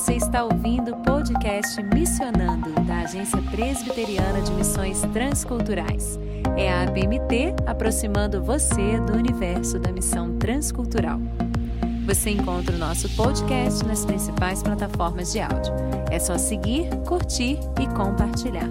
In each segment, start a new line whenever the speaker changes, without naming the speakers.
Você está ouvindo o podcast Missionando, da Agência Presbiteriana de Missões Transculturais. É a APMT aproximando você do universo da missão transcultural. Você encontra o nosso podcast nas principais plataformas de áudio. É só seguir, curtir e compartilhar.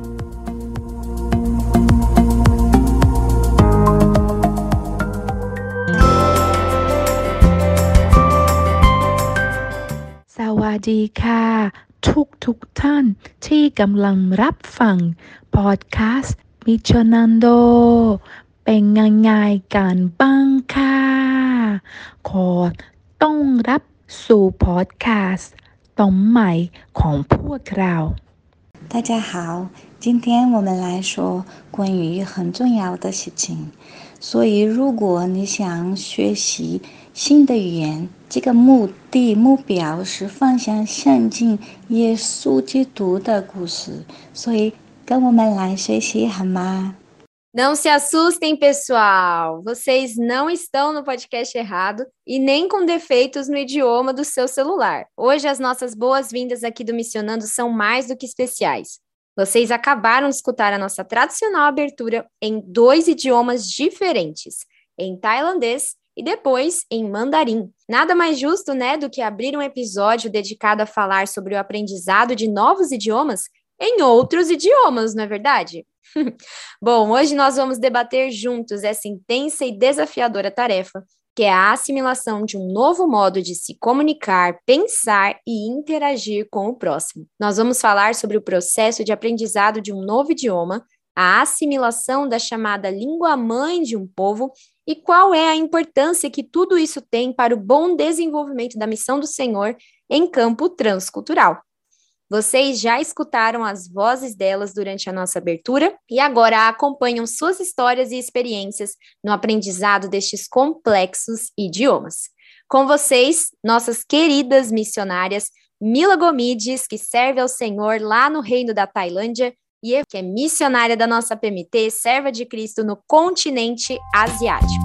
สวัสดีค่ะทุกท่านที่กำลังรับฟังพอดแคสต์ Missionando เป็นไงกันบ้างค่ะขอต้อนรับสู่พอดแคสต์ตอนใหม่ของพวกเรา
大家好，今天我们来说关于很重要的事情。所以如果你想学习新的语言，这个目标是分享圣经耶稣基督的故事，所以跟我们来学习好吗？
Não se assustem, pessoal! Vocês não estão no podcast errado e nem com defeitos no idioma do seu celular. Hoje as nossas boas-vindas aqui do Missionando são mais do que especiais. Vocês acabaram de escutar a nossa tradicional abertura em 2 idiomas diferentes, em tailandês e depois em mandarim. Nada mais justo, né, do que abrir um episódio dedicado a falar sobre o aprendizado de novos idiomas em outros idiomas, não é verdade? Bom, hoje nós vamos debater juntos essa intensa e desafiadora tarefa, que é a assimilação de um novo modo de se comunicar, pensar e interagir com o próximo. Nós vamos falar sobre o processo de aprendizado de um novo idioma, a assimilação da chamada língua-mãe de um povo e qual é a importância que tudo isso tem para o bom desenvolvimento da missão do Senhor em campo transcultural. Vocês já escutaram as vozes delas durante a nossa abertura e agora acompanham suas histórias e experiências no aprendizado destes complexos idiomas. Com vocês, nossas queridas missionárias, Mila Gomides, que serve ao Senhor lá no Reino da Tailândia, e eu, que é missionária da nossa PMT, serva de Cristo no continente asiático.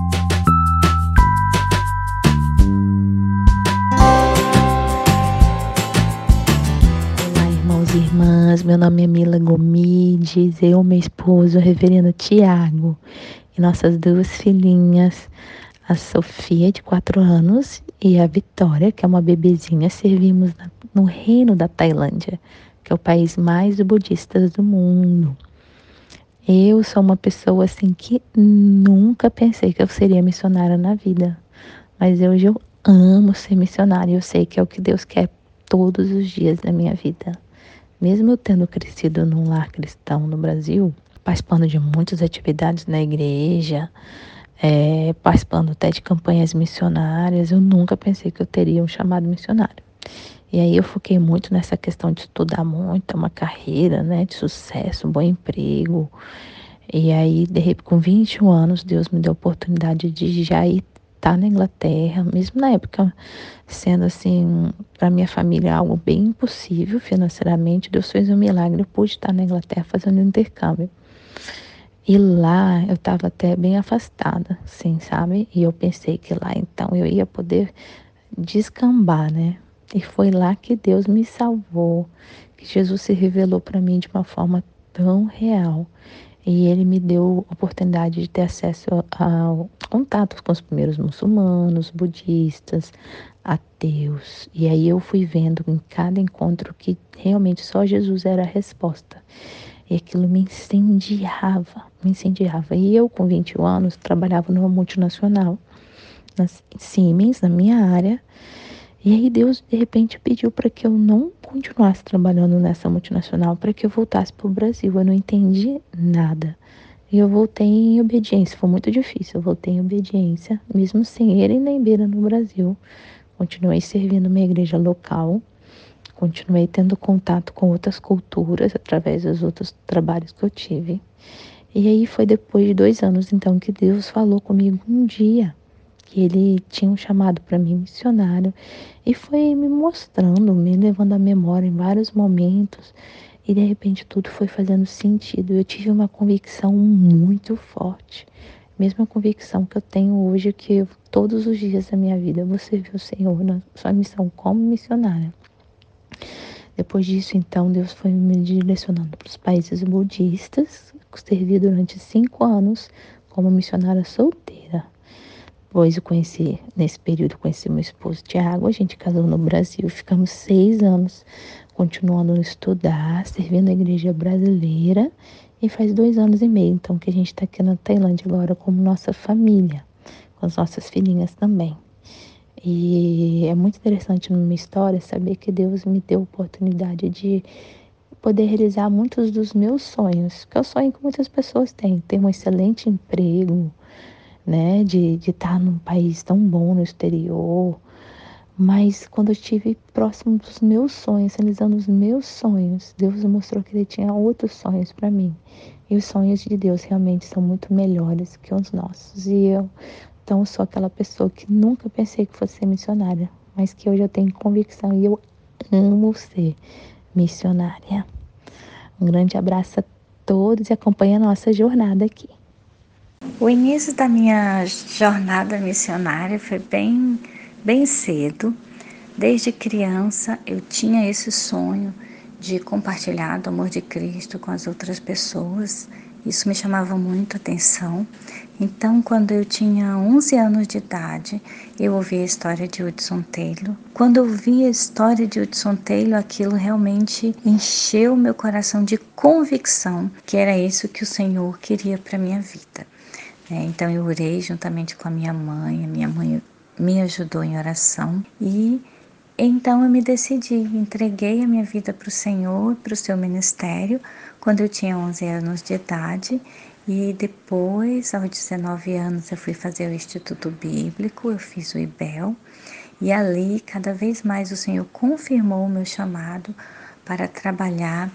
Irmãs, meu nome é Mila Gomides, eu, meu esposo, o reverendo Tiago, e nossas 2 filhinhas, a Sofia, de 4 anos, e a Vitória, que é uma bebezinha, servimos no Reino da Tailândia, que é o país mais budista do mundo. Eu sou uma pessoa assim que nunca pensei que eu seria missionária na vida, mas hoje eu amo ser missionária, eu sei que é o que Deus quer todos os dias da minha vida. Mesmo eu tendo crescido num lar cristão no Brasil, participando de muitas atividades na igreja, participando até de campanhas missionárias, eu nunca pensei que eu teria um chamado missionário. E aí eu foquei muito nessa questão de estudar muito, uma carreira, né, de sucesso, um bom emprego. E aí, de repente, com 21 anos, Deus me deu a oportunidade de já ir estar na Inglaterra, mesmo na época, sendo assim, para minha família algo bem impossível financeiramente. Deus fez um milagre, eu pude estar na Inglaterra fazendo um intercâmbio. E lá eu estava até bem afastada, assim, sabe? E eu pensei que lá então eu ia poder descambar, né? E foi lá que Deus me salvou, que Jesus se revelou para mim de uma forma tão real. E ele me deu a oportunidade de ter acesso a contatos com os primeiros muçulmanos, budistas, ateus. E aí eu fui vendo em cada encontro que realmente só Jesus era a resposta. E aquilo me incendiava. E eu, com 21 anos, trabalhava numa multinacional, na Siemens, na minha área. E aí Deus, de repente, pediu para que eu não continuasse trabalhando nessa multinacional, para que eu voltasse para o Brasil. Eu não entendi nada. E eu voltei em obediência. Foi muito difícil. Eu voltei em obediência, mesmo sem ele nem beira no Brasil. Continuei servindo uma igreja local. Continuei tendo contato com outras culturas através dos outros trabalhos que eu tive. E aí foi depois de 2 anos, então, que Deus falou comigo um dia que ele tinha um chamado para mim missionário e foi me mostrando, me levando à memória em vários momentos e de repente tudo foi fazendo sentido. Eu tive uma convicção muito forte, mesma convicção que eu tenho hoje, que todos os dias da minha vida eu vou servir o Senhor na sua missão como missionária. Depois disso, então, Deus foi me direcionando para os países budistas, servi durante 5 anos como missionária solteira. Depois nesse período, conheci meu esposo Tiago, a gente casou no Brasil, ficamos 6 anos continuando a estudar, servindo a igreja brasileira, e faz 2 anos e meio, então, que a gente está aqui na Tailândia agora como nossa família, com as nossas filhinhas também. E é muito interessante na minha história saber que Deus me deu a oportunidade de poder realizar muitos dos meus sonhos, que é o sonho que muitas pessoas têm, ter um excelente emprego, né, de estar num país tão bom no exterior. Mas quando eu estive próximo dos meus sonhos, realizando os meus sonhos, Deus mostrou que Ele tinha outros sonhos para mim. E os sonhos de Deus realmente são muito melhores que os nossos. E eu, então, sou aquela pessoa que nunca pensei que fosse ser missionária, mas que hoje eu tenho convicção e eu amo ser missionária. Um grande abraço a todos e acompanhe a nossa jornada aqui.
O início da minha jornada missionária foi bem cedo. Desde criança eu tinha esse sonho de compartilhar do amor de Cristo com as outras pessoas. Isso me chamava muito a atenção. Então, quando eu tinha 11 anos de idade, eu ouvi a história de Hudson Taylor. Quando eu vi a história de Hudson Taylor, aquilo realmente encheu meu coração de convicção que era isso que o Senhor queria para minha vida. Então eu orei juntamente com a minha mãe me ajudou em oração e então eu me decidi, entreguei a minha vida para o Senhor, para o seu ministério, quando eu tinha 11 anos de idade. E depois, aos 19 anos, eu fui fazer o Instituto Bíblico, eu fiz o IBEL. E ali, cada vez mais, o Senhor confirmou o meu chamado para trabalhar,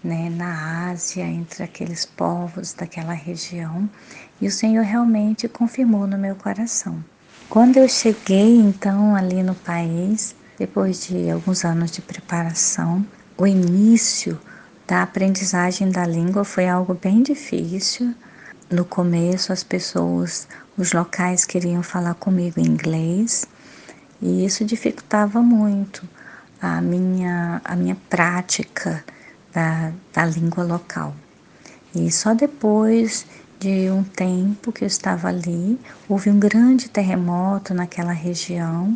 na Ásia, entre aqueles povos daquela região. E o Senhor realmente confirmou no meu coração. Quando eu cheguei, então, ali no país, depois de alguns anos de preparação, o início da aprendizagem da língua foi algo bem difícil. No começo, os locais queriam falar comigo em inglês e isso dificultava muito a minha prática da língua local. E só depois de um tempo que eu estava ali, houve um grande terremoto naquela região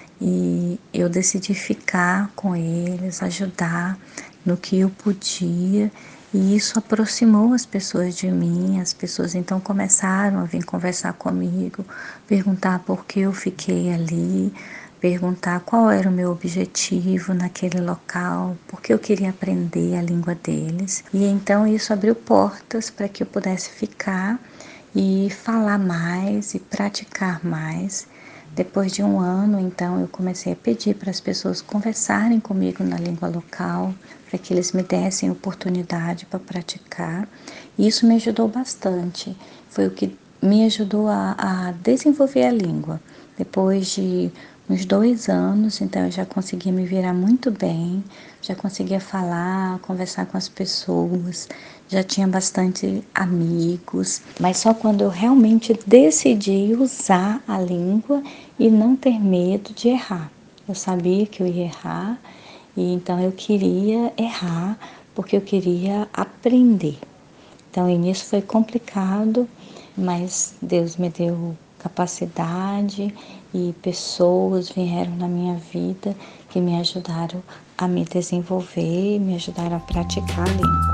e eu decidi ficar com eles, ajudar no que eu podia, e isso aproximou as pessoas de mim. As pessoas então começaram a vir conversar comigo, perguntar por que eu fiquei ali, perguntar qual era o meu objetivo naquele local, porque eu queria aprender a língua deles. E então isso abriu portas para que eu pudesse ficar e falar mais e praticar mais. Depois de um ano, então, eu comecei a pedir para as pessoas conversarem comigo na língua local, para que eles me dessem oportunidade para praticar. E isso me ajudou bastante. Foi o que me ajudou a desenvolver a língua. Depois de uns 2 anos, então eu já conseguia me virar muito bem, já conseguia falar, conversar com as pessoas, já tinha bastante amigos, mas só quando eu realmente decidi usar a língua e não ter medo de errar. Eu sabia que eu ia errar e então eu queria errar porque eu queria aprender. Então o início foi complicado, mas Deus me deu capacidade e pessoas vieram na minha vida que me ajudaram a me desenvolver, me ajudaram a praticar a língua.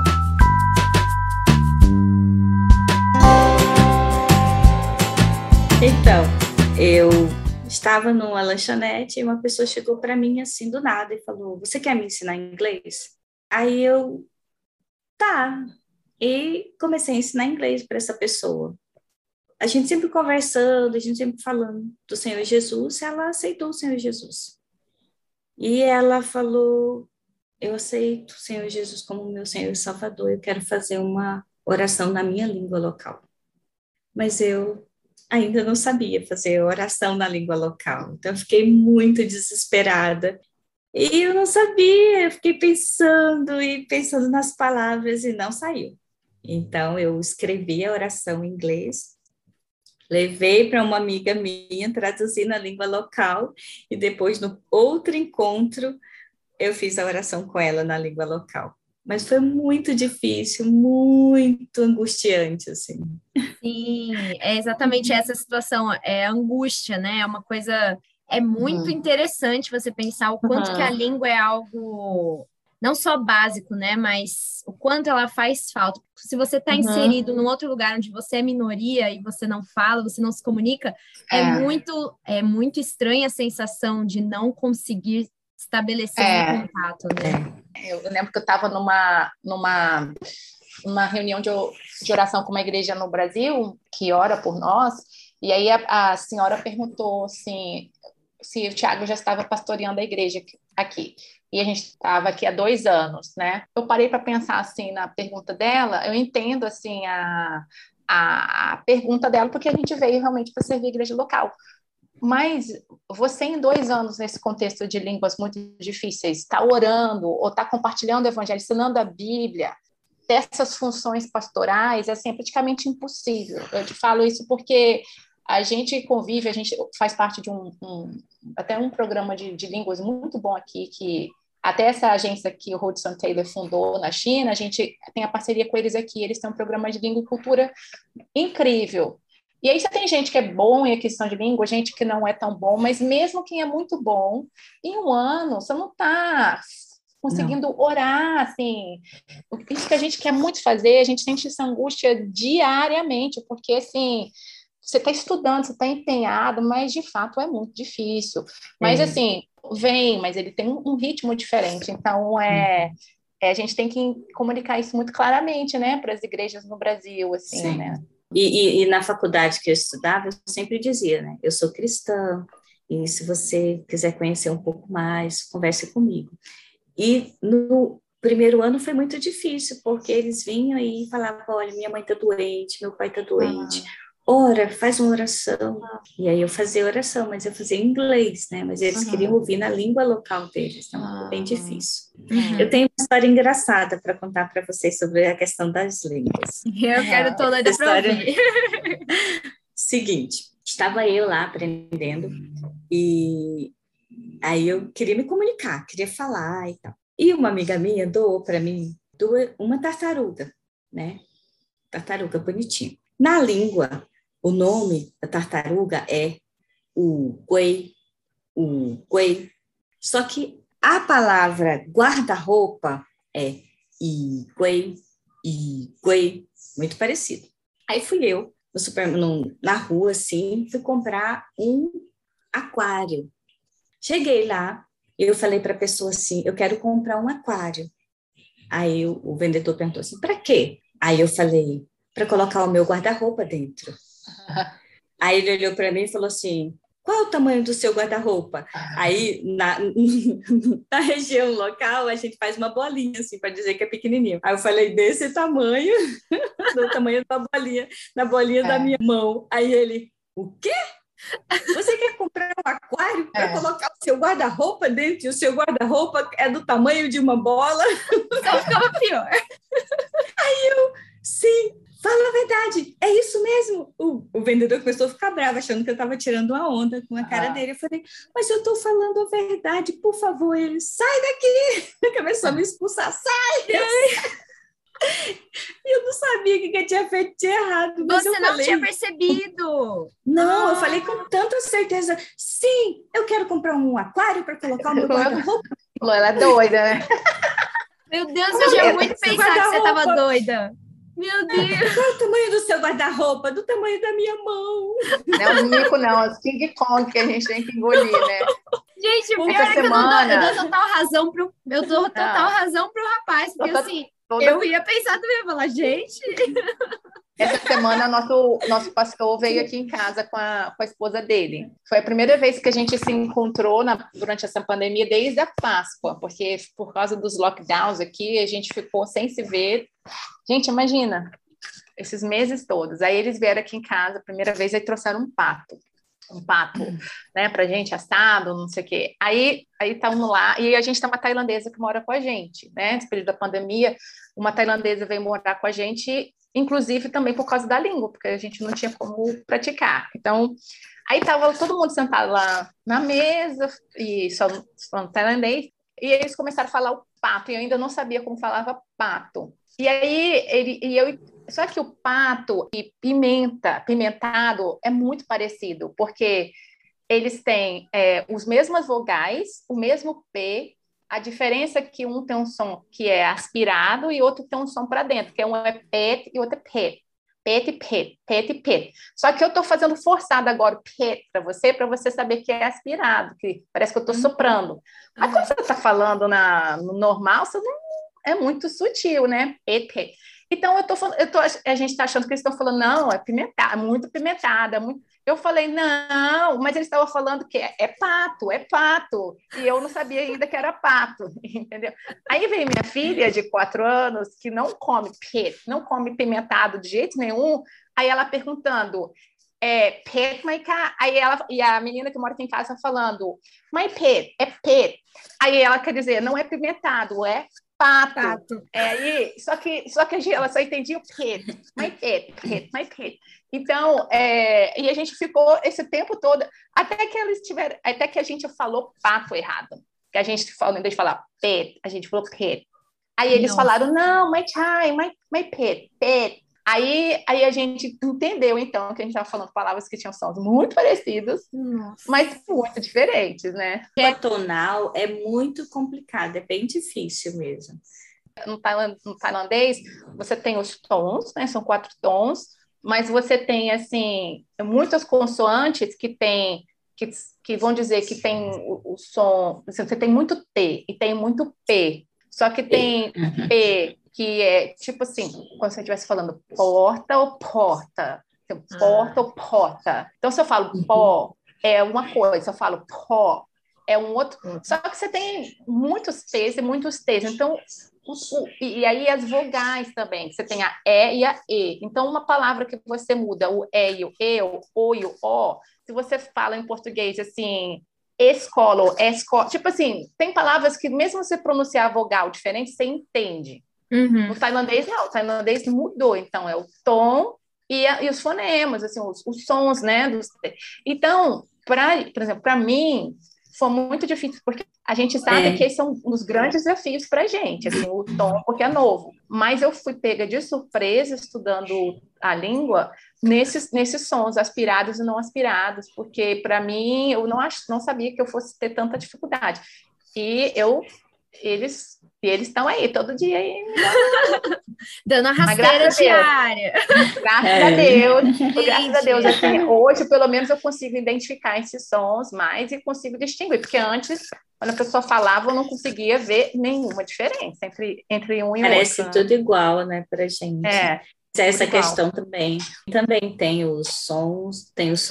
Então, eu estava numa lanchonete e uma pessoa chegou para mim assim do nada e falou: "Você quer me ensinar inglês?" Aí eu, tá. E comecei a ensinar inglês para essa pessoa. A gente sempre conversando, a gente sempre falando do Senhor Jesus, e ela aceitou o Senhor Jesus. E ela falou: "Eu aceito o Senhor Jesus como meu Senhor e Salvador, eu quero fazer uma oração na minha língua local." Mas eu ainda não sabia fazer oração na língua local, então eu fiquei muito desesperada. E eu não sabia, eu fiquei pensando e pensando nas palavras e não saiu. Então eu escrevi a oração em inglês, levei para uma amiga minha, traduzi na língua local, e depois, no outro encontro, eu fiz a oração com ela na língua local. Mas foi muito difícil, muito angustiante, assim.
Sim, é exatamente essa situação, é angústia, né? É uma coisa, é muito interessante você pensar o quanto que a língua é algo não só básico, né? Mas o quanto ela faz falta. Se você está inserido num outro lugar onde você é minoria e você não fala, você não se comunica, é muito estranha a sensação de não conseguir estabelecer um contato, né?
Eu lembro que eu estava numa reunião de oração com uma igreja no Brasil, que ora por nós, e aí a senhora perguntou assim, se o Tiago já estava pastoreando a igreja aqui. E a gente estava aqui há 2 anos, né? Eu parei para pensar assim na pergunta dela, eu entendo assim a pergunta dela, porque a gente veio realmente para servir a igreja local. Mas você, em 2 anos, nesse contexto de línguas muito difíceis, está orando ou está compartilhando o evangelho, ensinando a Bíblia, dessas funções pastorais, assim, é praticamente impossível. Eu te falo isso porque a gente convive, a gente faz parte de até um programa de línguas muito bom aqui, que até essa agência que o Hudson Taylor fundou na China, a gente tem a parceria com eles aqui, eles têm um programa de língua e cultura incrível. E aí você tem gente que é bom em aquisição de língua, gente que não é tão bom, mas mesmo quem é muito bom, em 1 ano você não está conseguindo orar, assim. Isso que a gente quer muito fazer, a gente sente essa angústia diariamente, porque, assim, você está estudando, você está empenhado, mas, de fato, é muito difícil. Mas, assim, mas ele tem um ritmo diferente, então, a gente tem que comunicar isso muito claramente, né, para as igrejas no Brasil, assim, né.
E na faculdade que eu estudava, eu sempre dizia, né? Eu sou cristã, e se você quiser conhecer um pouco mais, converse comigo. E no primeiro ano foi muito difícil, porque eles vinham e falavam, olha, minha mãe está doente, meu pai está doente, ora, faz uma oração. E aí eu fazia oração, mas eu fazia em inglês, né? Mas eles queriam ouvir na língua local deles, então foi bem difícil. Eu tenho uma história engraçada para contar para vocês sobre a questão das línguas.
Eu quero toda a história.
Seguinte, estava eu lá aprendendo e aí eu queria me comunicar, queria falar e tal. E uma amiga minha doou para mim uma tartaruga, né? Tartaruga bonitinha. Na língua, o nome da tartaruga é Uguay. Só que a palavra guarda-roupa é Iguay, muito parecido. Aí fui eu, na rua, assim, fui comprar um aquário. Cheguei lá, eu falei para a pessoa assim, eu quero comprar um aquário. Aí o vendedor perguntou assim, para quê? Aí eu falei, para colocar o meu guarda-roupa dentro. Aí ele olhou para mim e falou assim, qual é o tamanho do seu guarda-roupa? Aí, na região local, a gente faz uma bolinha, assim, para dizer que é pequenininho. Aí eu falei, desse tamanho, do tamanho da bolinha, na bolinha da minha mão. Aí ele, o quê? Você quer comprar um aquário para colocar o seu guarda-roupa dentro e o seu guarda-roupa é do tamanho de uma bola?
Só ficava pior.
Aí eu, sim, fala a verdade, é isso mesmo. O vendedor começou a ficar bravo, achando que eu estava tirando uma onda com a cara dele. Eu falei, mas eu estou falando a verdade, por favor. Ele, sai daqui! Começou a me expulsar, sai! E eu não sabia o que eu tinha feito de errado. Mas
você não tinha percebido?
Não, eu falei com tanta certeza. Sim, eu quero comprar um aquário para colocar o meu guarda-roupa.
Ela é doida, né?
Meu Deus, eu já muito pensar que você estava doida. Meu Deus.
Qual é o tamanho do seu guarda-roupa? Do tamanho da minha mão.
Não é o mico, não. É o King Kong que a gente tem que engolir, né?
Gente, o pior é que eu dou total razão pro rapaz, porque assim... Eu ia pensar também, falar, gente...
Essa semana, nosso pastor veio aqui em casa com a esposa dele. Foi a primeira vez que a gente se encontrou durante essa pandemia, desde a Páscoa, porque por causa dos lockdowns aqui, a gente ficou sem se ver. Gente, imagina, esses meses todos. Aí eles vieram aqui em casa, a primeira vez, aí trouxeram um pato, né, pra gente, assado, não sei o quê. Aí estamos lá, e a gente tem uma tailandesa que mora com a gente, né, nesse período da pandemia, uma tailandesa veio morar com a gente, inclusive também por causa da língua, porque a gente não tinha como praticar. Então, aí estava todo mundo sentado lá na mesa, e só tailandês,
E eles começaram a falar o pato, e eu ainda não sabia como falava pato. E aí, só que o pato e pimentado, é muito parecido, porque eles têm os mesmas vogais, o mesmo P, a diferença é que um tem um som que é aspirado e outro tem um som para dentro, que um é pet e outro é pet. Pet e pet, pet e pet. Só que eu estou fazendo forçado agora o pet para você saber que é aspirado, que parece que eu estou soprando. Mas quando você está falando no normal, você não, é muito sutil, né? Pet, pet. Então, a gente está achando que eles estão falando, não, é pimentada, muito pimentada. Eu falei, não, mas eles estavam falando que é pato, é pato. E eu não sabia ainda que era pato, entendeu? Aí veio minha filha, de 4 anos, que não come não come pimentado de jeito nenhum. Aí ela perguntando, pet, my cat? E a menina que mora aqui em casa falando, my pet, é pet. Aí ela quer dizer, não é pimentado, é pato. Só que ela só entendia o pet, my pet, pet, my pet. Então, e a gente ficou esse tempo todo, até que a gente falou pato errado. Que a gente falou, em vez de falar pet, a gente falou pet. Aí eles falaram, não, my child, my pet, pet. Aí a gente entendeu, então, que a gente estava falando palavras que tinham sons muito parecidos, mas muito diferentes, né?
O tonal é muito complicado, é bem difícil mesmo.
No tailandês, você tem os tons, né? São 4 tons, mas você tem, assim, muitas consoantes que vão dizer que tem o som... Você tem muito T e tem muito P, só que tem P, que é tipo assim, quando você estivesse falando porta ou porta, porta ou porta. Então, se eu falo pó, é uma coisa, se eu falo pó, é um outro. Só que você tem muitos T's e muitos T's. Então, e aí as vogais também, você tem a E e a E. Então, uma palavra que você muda o E e o E, o e o O, se você fala em português assim, escola, escola, tipo assim, tem palavras que mesmo você pronunciar a vogal diferente, você entende. No tailandês, não. O tailandês mudou. Então, é o tom e os fonemas, assim, os sons, né? Então, por exemplo, para mim, foi muito difícil, porque a gente sabe que esses são os grandes desafios para a gente, assim, o tom, porque é novo. Mas eu fui pega de surpresa estudando a língua nesses sons aspirados e não aspirados, porque, para mim, eu não sabia que eu fosse ter tanta dificuldade. E eles estão aí todo dia aí,
dando a rasteira diária.
Graças a Deus, assim, hoje pelo menos eu consigo identificar esses sons mais e consigo distinguir, porque antes, quando a pessoa falava, eu não conseguia ver nenhuma diferença entre um e outro.
Parece tudo igual, né, pra gente. Essa questão também tem os sons, tem os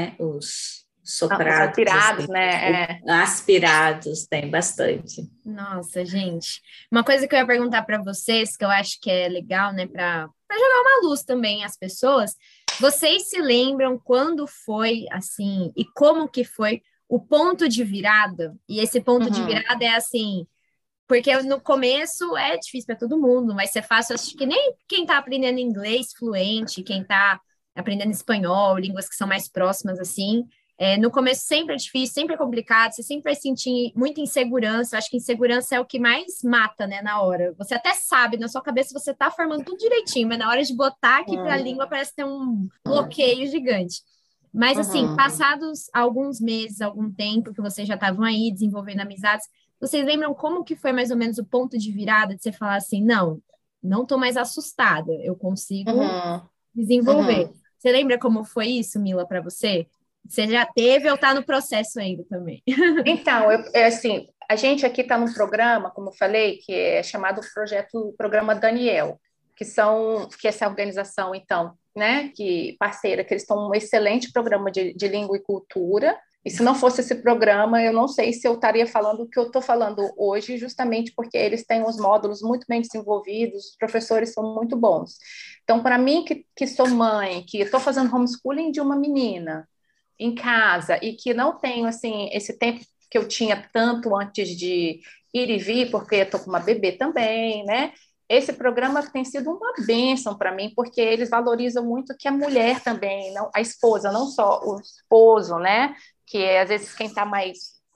soprados,
aspirados, né?
Aspirados, tem bastante.
Nossa, gente. Uma coisa que eu ia perguntar para vocês, que eu acho que é legal, né, para jogar uma luz também às pessoas. Vocês se lembram quando foi, assim, e como que foi o ponto de virada? E esse ponto de virada é assim, porque no começo é difícil para todo mundo, mas você faz, acho que nem quem está aprendendo inglês fluente, quem está aprendendo espanhol, línguas que são mais próximas, assim, no começo sempre é difícil, sempre é complicado, você sempre vai sentir muita insegurança. Eu acho que insegurança é o que mais mata, né, na hora. Você até sabe, na sua cabeça você tá formando tudo direitinho, mas na hora de botar aqui para a língua parece ter um bloqueio gigante. Mas, assim, passados alguns meses, algum tempo que vocês já estavam aí desenvolvendo amizades, vocês lembram como que foi mais ou menos o ponto de virada de você falar assim, não tô mais assustada, eu consigo desenvolver. Você lembra como foi isso, Mila, para você? Você já teve ou está no processo ainda também?
Então, assim, a gente aqui está num programa, como eu falei, que é chamado Programa Daniel, que essa organização, então, né, que parceira, que eles estão um excelente programa de língua e cultura. E se não fosse esse programa, eu não sei se eu estaria falando o que eu estou falando hoje, justamente porque eles têm os módulos muito bem desenvolvidos, os professores são muito bons. Então, para mim, que sou mãe, que estou fazendo homeschooling de uma menina em casa e que não tenho, assim, esse tempo que eu tinha tanto antes de ir e vir, porque eu estou com uma bebê também, né? Esse programa tem sido uma bênção para mim, porque eles valorizam muito que a mulher também, não, a esposa, não só o esposo, né? Que é, às vezes, quem está mais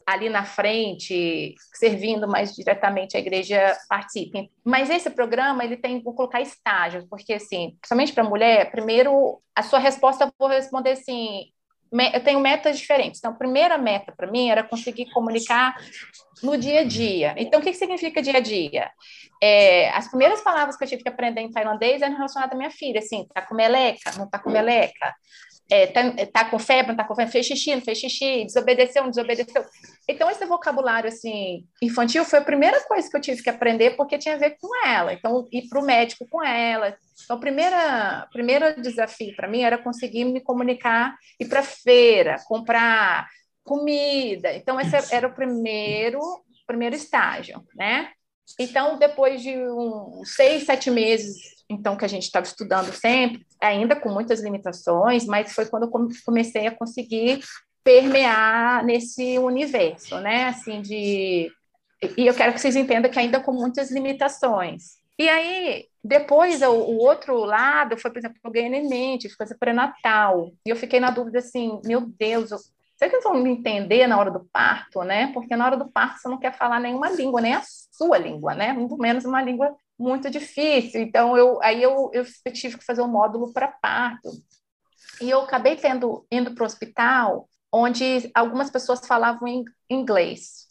ali na frente, servindo mais diretamente a igreja, participem. Mas esse programa, ele tem, vou colocar estágios, porque, assim, principalmente para mulher, primeiro, a sua resposta, eu vou responder assim, eu tenho metas diferentes. Então, a primeira meta para mim era conseguir comunicar no dia a dia. Então, o que significa dia a dia? As primeiras palavras que eu tive que aprender em tailandês eram relacionadas à minha filha, assim, tá com meleca, não tá com meleca, tá com febre, não tá com febre, fez xixi, não fez xixi, desobedeceu, não desobedeceu. Então, esse vocabulário, assim, infantil foi a primeira coisa que eu tive que aprender, porque tinha a ver com ela. Então, ir para o médico com ela. Então, o primeiro desafio para mim era conseguir me comunicar, ir para feira, comprar comida. Então, esse era o primeiro estágio, né? Então, depois de uns 6, 7 meses, então, que a gente estava estudando sempre, ainda com muitas limitações, mas foi quando eu comecei a conseguir permear nesse universo, né? Assim, e eu quero que vocês entendam que ainda com muitas limitações. E aí, depois, o outro lado foi, por exemplo, eu ganhei neném, tive coisa pré-natal, e eu fiquei na dúvida assim, meu Deus, será que eles vão me entender na hora do parto, né? Porque na hora do parto você não quer falar nenhuma língua, nem a sua língua, né? Muito menos uma língua muito difícil. Então, eu tive que fazer um módulo para parto. E eu acabei indo para o hospital, onde algumas pessoas falavam em inglês.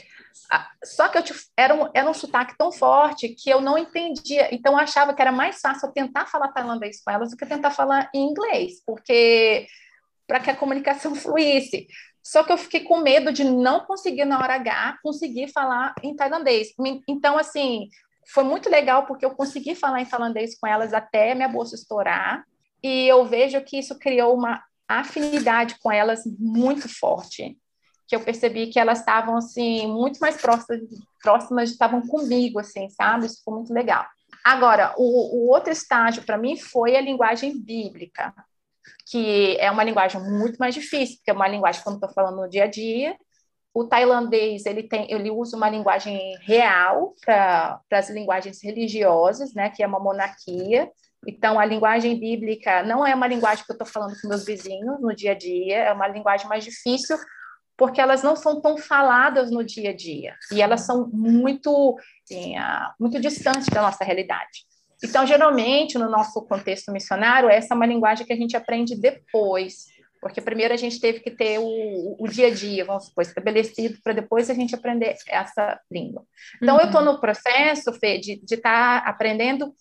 Só que era um sotaque tão forte que eu não entendia. Então, eu achava que era mais fácil eu tentar falar tailandês com elas do que tentar falar em inglês, porque para que a comunicação fluísse. Só que eu fiquei com medo de não conseguir, na hora H, conseguir falar em tailandês. Então, assim, foi muito legal, porque eu consegui falar em tailandês com elas até minha bolsa estourar, e eu vejo que isso criou uma afinidade com elas muito forte, que eu percebi que elas estavam, assim, muito mais próximas, estavam comigo, assim, sabe? Isso foi muito legal. Agora, o outro estágio, para mim, foi a linguagem bíblica, que é uma linguagem muito mais difícil, porque é uma linguagem, como estou falando, no dia a dia. O tailandês, ele usa uma linguagem real para as linguagens religiosas, né, que é uma monarquia. Então, a linguagem bíblica não é uma linguagem que eu estou falando com meus vizinhos no dia a dia, é uma linguagem mais difícil, porque elas não são tão faladas no dia a dia, e elas são muito, assim, muito distantes da nossa realidade. Então, geralmente, no nosso contexto missionário, essa é uma linguagem que a gente aprende depois, porque primeiro a gente teve que ter o dia a dia, vamos supor, estabelecido, para depois a gente aprender essa língua. Então, eu estou no processo, Fê, de estar aprendendo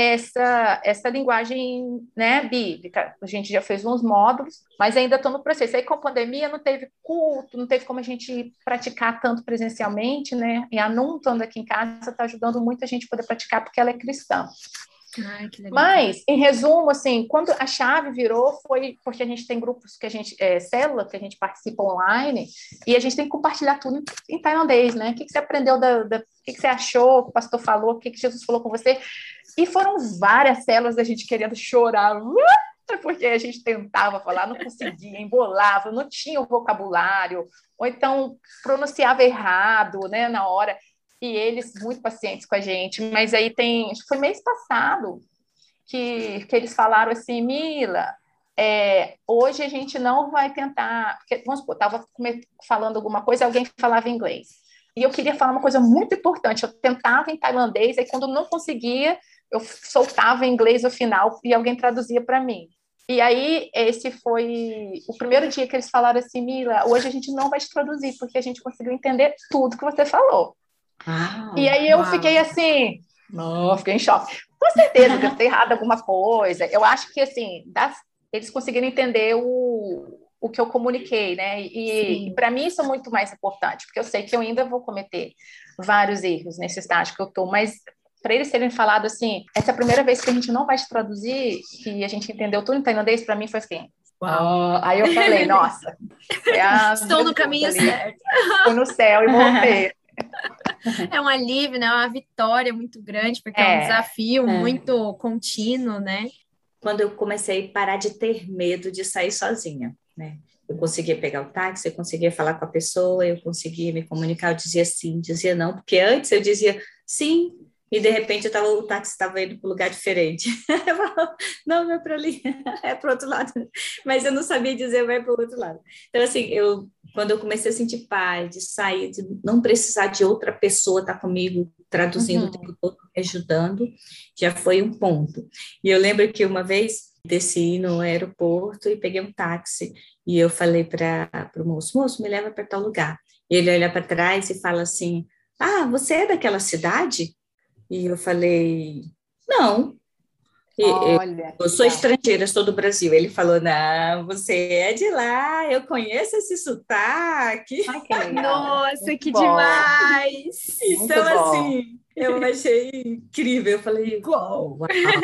essa linguagem, né, bíblica. A gente já fez uns módulos, mas ainda estou no processo. Aí, com a pandemia, não teve culto, não teve como a gente praticar tanto presencialmente, né? E a Num, estando aqui em casa, está ajudando muito a gente poder praticar, porque ela é cristã.
Ai, que legal.
Mas, em resumo, assim, quando a chave virou, foi porque a gente tem grupos que a gente, célula, que a gente participa online, e a gente tem que compartilhar tudo em tailandês, né? O que você aprendeu, o que você achou, que o pastor falou, o que Jesus falou com você. E foram várias células da gente querendo chorar, porque a gente tentava falar, não conseguia, embolava, não tinha o vocabulário, ou então pronunciava errado, né, na hora. E eles muito pacientes com a gente, mas aí acho que foi mês passado que eles falaram assim, Mila, hoje a gente não vai tentar, porque, vamos supor, estava falando alguma coisa, alguém falava inglês, e eu queria falar uma coisa muito importante, eu tentava em tailandês, aí quando não conseguia, eu soltava em inglês no final, e alguém traduzia para mim. E aí, esse foi o primeiro dia que eles falaram assim, Mila, hoje a gente não vai te traduzir, porque a gente conseguiu entender tudo que você falou. E aí eu fiquei assim, fiquei em choque. Com certeza, eu devo ter errado alguma coisa. Eu acho que, assim, eles conseguiram entender o que eu comuniquei, né? E para mim isso é muito mais importante, porque eu sei que eu ainda vou cometer vários erros nesse estágio que eu estou, mas para eles terem falado assim, essa é a primeira vez que a gente não vai te traduzir, que a gente entendeu tudo em tailandês, para mim foi assim. Aí eu falei, nossa,
estou no caminho certo.
Fui no céu e voltei.
É um alívio, né? É uma vitória muito grande, porque é um desafio muito contínuo, né?
Quando eu comecei a parar de ter medo de sair sozinha, né? Eu conseguia pegar o táxi, eu conseguia falar com a pessoa, eu conseguia me comunicar, eu dizia sim, dizia não, porque antes eu dizia sim, e de repente o táxi estava indo para um lugar diferente. Eu falo, não, não é para ali, é para o outro lado. Mas eu não sabia dizer vai para o outro lado. Então, assim, quando eu comecei a sentir paz, de sair, de não precisar de outra pessoa estar comigo, traduzindo o tempo todo, me ajudando, já foi um ponto. E eu lembro que uma vez desci no aeroporto e peguei um táxi, e eu falei para o moço, me leva para tal lugar. E ele olha para trás e fala assim, você é daquela cidade? E eu falei, não,
Olha,
eu sou estrangeira, sou do Brasil. Ele falou, não, você é de lá, eu conheço esse sotaque.
ai, que legal.
Nossa,
Muito
que
bom.
demais!
Então,
Muito bom.
assim, eu achei incrível. Eu falei, uau!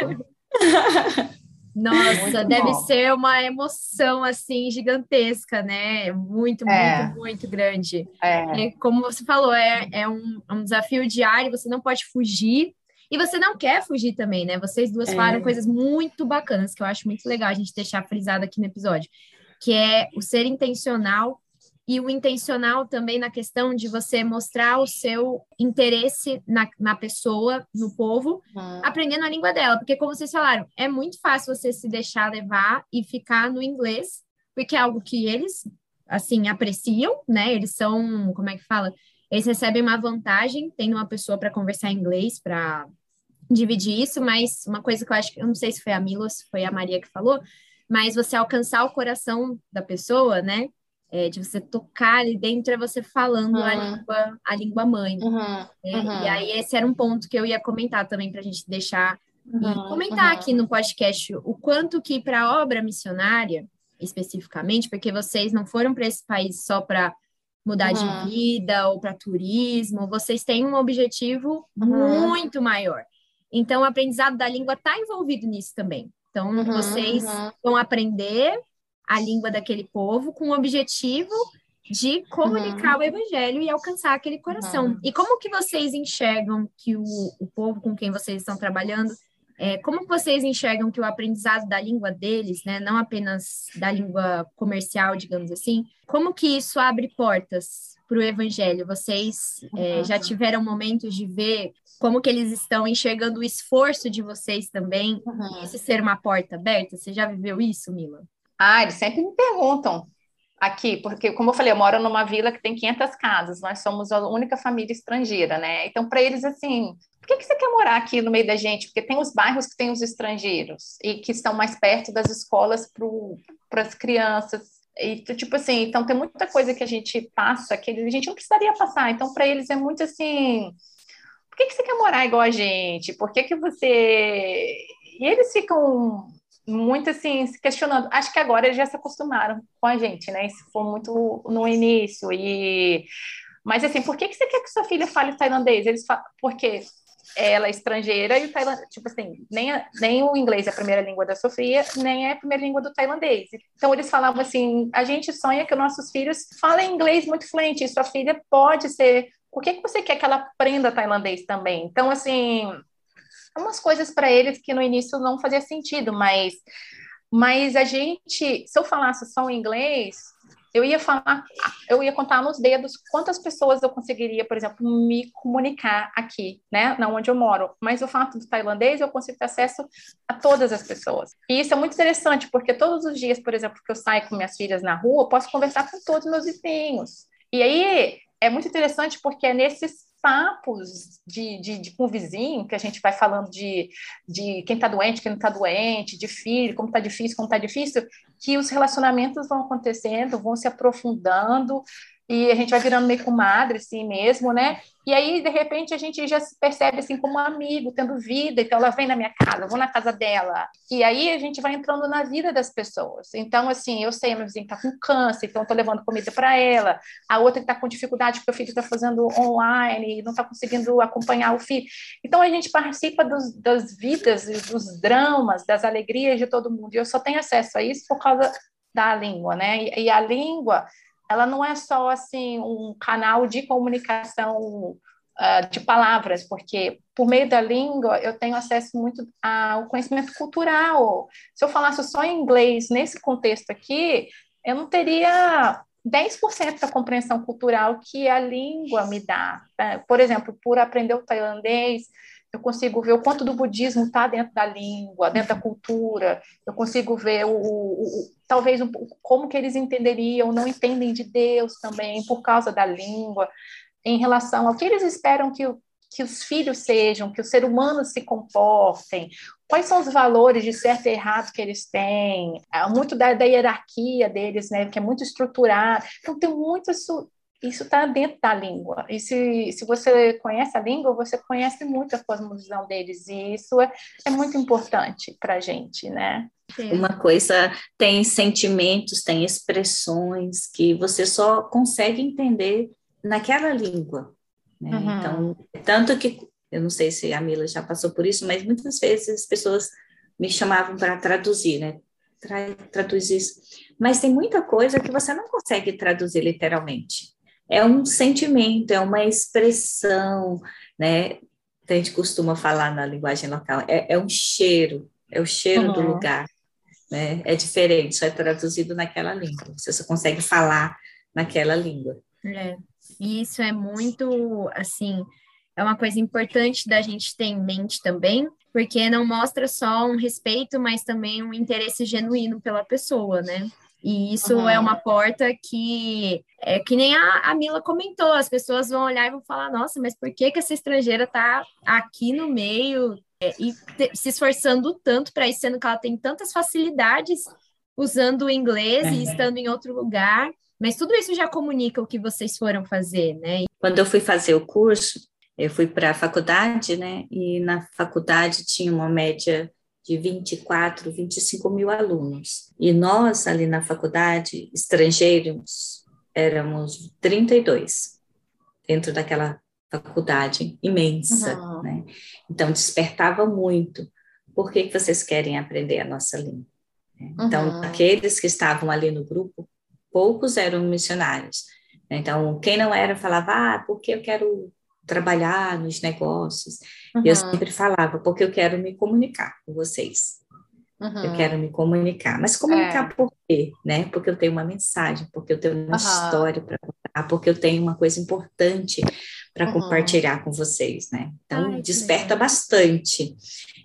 Nossa,
Muito
deve
bom.
ser uma emoção assim gigantesca, né? Muito, muito, muito grande. E como você falou, é um desafio diário, você não pode fugir e você não quer fugir também, né? Vocês duas falaram coisas muito bacanas que eu acho muito legal a gente deixar frisado aqui no episódio, que é o ser intencional e o intencional também na questão de você mostrar o seu interesse na pessoa, no povo, aprendendo a língua dela. Porque, como vocês falaram, é muito fácil você se deixar levar e ficar no inglês, porque é algo que eles, assim, apreciam, né? Eles são, como é que fala? Eles recebem uma vantagem tendo uma pessoa para conversar em inglês, para dividir isso, mas uma coisa que eu acho que, eu não sei se foi a Mila ou se foi a Maria que falou, mas você alcançar o coração da pessoa, né? De você tocar ali dentro, é você falando a língua mãe. E aí, esse era um ponto que eu ia comentar também para a gente deixar e comentar aqui no podcast o quanto que para a obra missionária, especificamente, porque vocês não foram para esse país só para mudar de vida ou para turismo, vocês têm um objetivo muito maior. Então, o aprendizado da língua está envolvido nisso também. Então, vocês vão aprender a língua daquele povo com o objetivo de comunicar o evangelho e alcançar aquele coração. E como que vocês enxergam que o povo com quem vocês estão trabalhando, como que vocês enxergam que o aprendizado da língua deles, né, não apenas da língua comercial, digamos assim, como que isso abre portas para o evangelho? Vocês já tiveram momentos de ver como que eles estão enxergando o esforço de vocês também, e isso ser uma porta aberta? Você já viveu isso, Mila?
Eles sempre me perguntam aqui, porque, como eu falei, eu moro numa vila que tem 500 casas, nós somos a única família estrangeira, né? Então, para eles, assim, por que você quer morar aqui no meio da gente? Porque tem os bairros que tem os estrangeiros e que estão mais perto das escolas para as crianças. E, tipo assim, então tem muita coisa que a gente passa que a gente não precisaria passar. Então, para eles é muito assim, por que você quer morar igual a gente? Por que você... E eles ficam muito assim, se questionando. Acho que agora eles já se acostumaram com a gente, né? Isso foi muito no início. Mas assim, por que você quer que sua filha fale tailandês? Eles falam, porque ela é estrangeira e o tailandês, tipo assim, nem o inglês é a primeira língua da Sofia, nem é a primeira língua do tailandês. Então eles falavam assim, a gente sonha que os nossos filhos falem inglês muito fluente, e sua filha pode ser... Por que você quer que ela aprenda tailandês também? Então, assim, umas coisas para eles que no início não fazia sentido, mas a gente, se eu falasse só em inglês, eu ia contar nos dedos quantas pessoas eu conseguiria, por exemplo, me comunicar aqui, né, na onde eu moro. Mas o fato do tailandês, eu consigo ter acesso a todas as pessoas. E isso é muito interessante, porque todos os dias, por exemplo, que eu saio com minhas filhas na rua, eu posso conversar com todos os meus vizinhos. E aí é muito interessante porque é nesses papos com o vizinho, que a gente vai falando de quem está doente, quem não está doente, de filho, como está difícil, que os relacionamentos vão acontecendo, vão se aprofundando, e a gente vai virando meio comadre, assim mesmo, né? E aí, de repente, a gente já se percebe assim como um amigo, tendo vida. Então, ela vem na minha casa, eu vou na casa dela. E aí, a gente vai entrando na vida das pessoas. Então, assim, eu sei, a minha vizinha está com câncer, então eu estou levando comida para ela. A outra que está com dificuldade porque o filho está fazendo online e não está conseguindo acompanhar o filho. Então, a gente participa das vidas, dos dramas, das alegrias de todo mundo. E eu só tenho acesso a isso por causa da língua, né? E a língua... ela não é só assim um canal de comunicação de palavras, porque por meio da língua eu tenho acesso muito ao conhecimento cultural. Se eu falasse só em inglês nesse contexto aqui, eu não teria 10% da compreensão cultural que a língua me dá. Por exemplo, por aprender o tailandês, eu consigo ver o quanto do budismo está dentro da língua, dentro da cultura, eu consigo ver talvez como que eles entenderiam, não entendem de Deus também, por causa da língua, em relação ao que eles esperam que os filhos sejam, que os seres humanos se comportem, quais são os valores de certo e errado que eles têm, muito da hierarquia deles, né, que é muito estruturada. Então, tem muito isso está dentro da língua. E se você conhece a língua, você conhece muito a cosmovisão deles, e isso é muito importante para a gente, né?
Uma coisa, tem sentimentos, tem expressões que você só consegue entender naquela língua, né? Então, tanto que, eu não sei se a Mila já passou por isso, mas muitas vezes as pessoas me chamavam para traduzir, né? Traduzir isso. Mas tem muita coisa que você não consegue traduzir literalmente. É um sentimento, é uma expressão, né? A gente costuma falar na linguagem local, é um cheiro, é o cheiro do lugar, né? É diferente, só é traduzido naquela língua, você só consegue falar naquela língua.
E isso é muito, assim, é uma coisa importante da gente ter em mente também, porque não mostra só um respeito, mas também um interesse genuíno pela pessoa, né? E isso é uma porta que, que nem a Mila comentou, as pessoas vão olhar e vão falar, nossa, mas por que essa estrangeira está aqui no meio se esforçando tanto para isso, sendo que ela tem tantas facilidades usando o inglês e estando em outro lugar, mas tudo isso já comunica o que vocês foram fazer, né?
Quando eu fui fazer o curso, eu fui para a faculdade, né, e na faculdade tinha uma média de 24, 25 mil alunos. E nós, ali na faculdade, estrangeiros, éramos 32, dentro daquela faculdade imensa, né? Então, despertava muito. Por que vocês querem aprender a nossa língua? Então, aqueles que estavam ali no grupo, poucos eram missionários. Então, quem não era, falava, porque eu quero trabalhar nos negócios. Eu sempre falava, porque eu quero me comunicar com vocês. Eu quero me comunicar. Mas comunicar por quê? Né? Porque eu tenho uma mensagem, porque eu tenho uma história para contar, porque eu tenho uma coisa importante para compartilhar com vocês, né? Então, desperta bastante.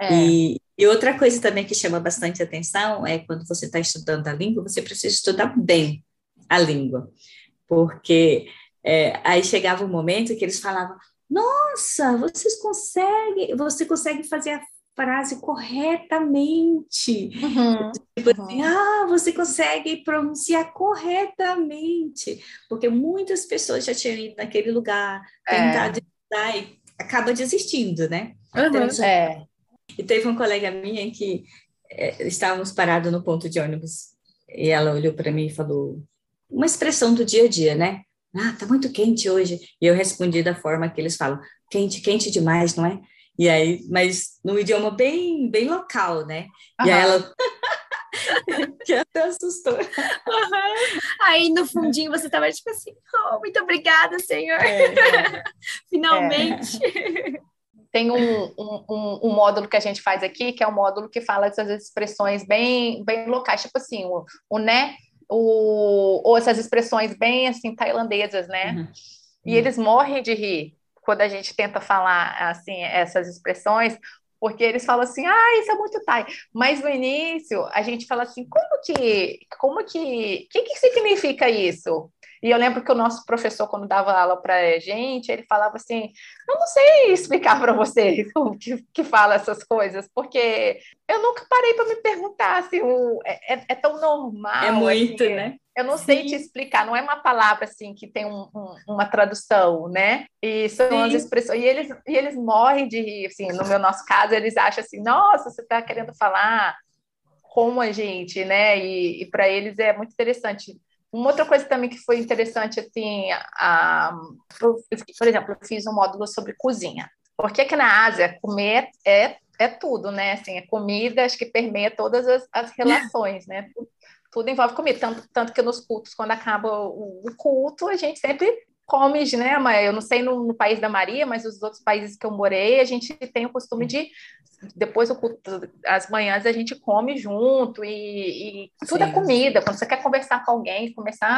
E outra coisa também que chama bastante atenção é quando você está estudando a língua, você precisa estudar bem a língua. Porque aí chegava um momento que eles falavam, nossa, você consegue fazer a frase corretamente. Tipo assim, você consegue pronunciar corretamente. Porque muitas pessoas já tinham ido naquele lugar, tentado estudar e acaba desistindo, né? Então, e teve uma colega minha que estávamos parados no ponto de ônibus e ela olhou para mim e falou, uma expressão do dia a dia, né? Tá muito quente hoje. E eu respondi da forma que eles falam, quente, quente demais, não é? E aí, mas no idioma bem, bem local, né? E aí ela que até assustou.
Aí no fundinho você tava tipo assim, muito obrigada, Senhor. Finalmente.
Tem um módulo que a gente faz aqui, que é um módulo que fala dessas expressões bem, bem locais, tipo assim, o né, ou essas expressões bem assim tailandesas, né? E eles morrem de rir quando a gente tenta falar assim essas expressões, porque eles falam assim, isso é muito Thai. Mas no início a gente fala assim, o que significa isso? E eu lembro que o nosso professor, quando dava aula para a gente, ele falava assim, eu não sei explicar para vocês como que fala essas coisas, porque eu nunca parei para me perguntar assim, é tão normal.
É muito,
assim,
né?
Eu não sei te explicar, não é uma palavra assim que tem uma tradução, né? E são as expressões, e eles morrem de rir, assim, no nosso caso, eles acham assim, nossa, você está querendo falar como a gente, né? E para eles é muito interessante. Uma outra coisa também que foi interessante, assim, por exemplo, eu fiz um módulo sobre cozinha. Porque aqui na Ásia, comer é tudo, né? Assim, é comida, acho que permeia todas as relações, né? Tudo envolve comida. Tanto que nos cultos, quando acaba o culto, a gente sempre come, né? Mas eu não sei no país da Maria, mas os outros países que eu morei, a gente tem o costume de depois do culto, às manhãs a gente come junto e tudo é comida. Quando você quer conversar com alguém, começar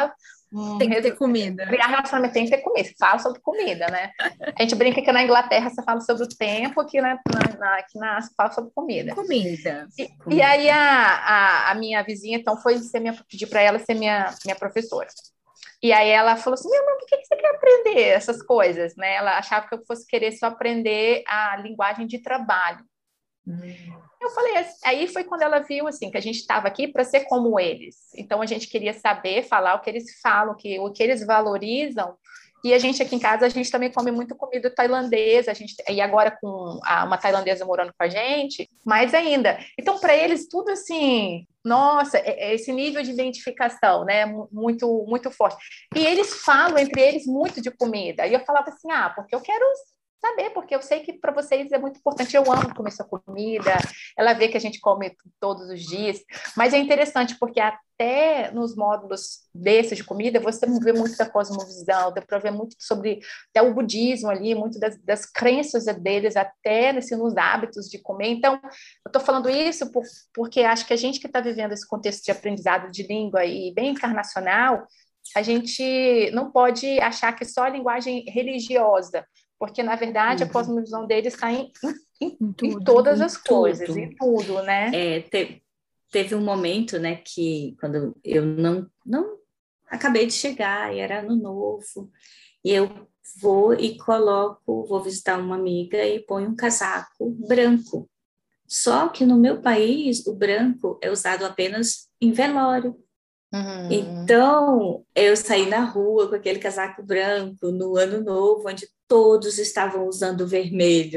Tem que ter comida.
Criar relacionamento tem que ter comida. Você fala sobre comida, né? A gente brinca que na Inglaterra você fala sobre o tempo, aqui aqui na Ásia você fala sobre comida.
Comida.
E aí a minha vizinha, então, foi pedir para ela ser minha professora. E aí ela falou assim, minha mãe, por que você quer aprender essas coisas? Né? Ela achava que eu fosse querer só aprender a linguagem de trabalho. Eu falei, aí foi quando ela viu assim que a gente estava aqui para ser como eles. Então a gente queria saber falar o que eles falam, o que eles valorizam. E a gente aqui em casa a gente também come muito comida tailandesa. E agora com uma tailandesa morando com a gente, mais ainda. Então para eles tudo assim, nossa, esse nível de identificação, né, muito muito forte. E eles falam entre eles muito de comida. E eu falava assim, porque eu quero saber, porque eu sei que para vocês é muito importante. Eu amo comer sua comida, ela vê que a gente come todos os dias, mas é interessante porque até nos módulos desses de comida você vê muito da cosmovisão, dá para ver muito sobre até o budismo ali, muito das crenças deles, até nos hábitos de comer. Então, eu estou falando isso porque acho que a gente que está vivendo esse contexto de aprendizado de língua e bem internacional, a gente não pode achar que só a linguagem religiosa, porque, na verdade, a cosmovisão deles está em todas as coisas, em tudo, né?
Teve um momento, né, que quando eu não acabei de chegar, e era ano novo, e eu vou visitar uma amiga e ponho um casaco branco. Só que no meu país, o branco é usado apenas em velório. Então, eu saí na rua com aquele casaco branco no ano novo, onde todos estavam usando vermelho.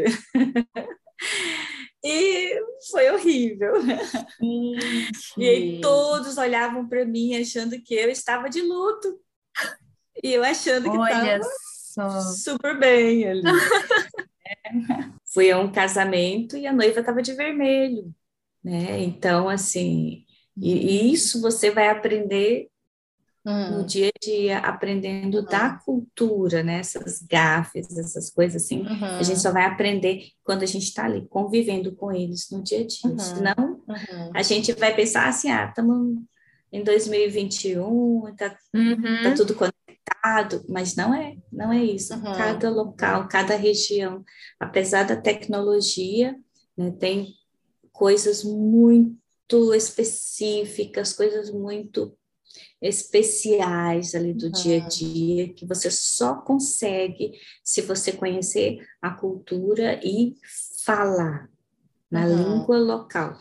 E foi horrível. E aí todos olhavam para mim achando que eu estava de luto. E eu achando que estava super bem ali. Fui a um casamento e a noiva estava de vermelho, né? Então, assim, e isso você vai aprender no dia a dia, aprendendo da cultura, né? Essas gafes, essas coisas assim. A gente só vai aprender quando a gente está ali convivendo com eles no dia a dia. Senão, a gente vai pensar assim, estamos em 2021, tá tudo conectado, mas não é isso. Cada local, cada região, apesar da tecnologia, né, tem coisas muito específicas, coisas muito especiais ali do dia a dia, que você só consegue se você conhecer a cultura e falar na língua local.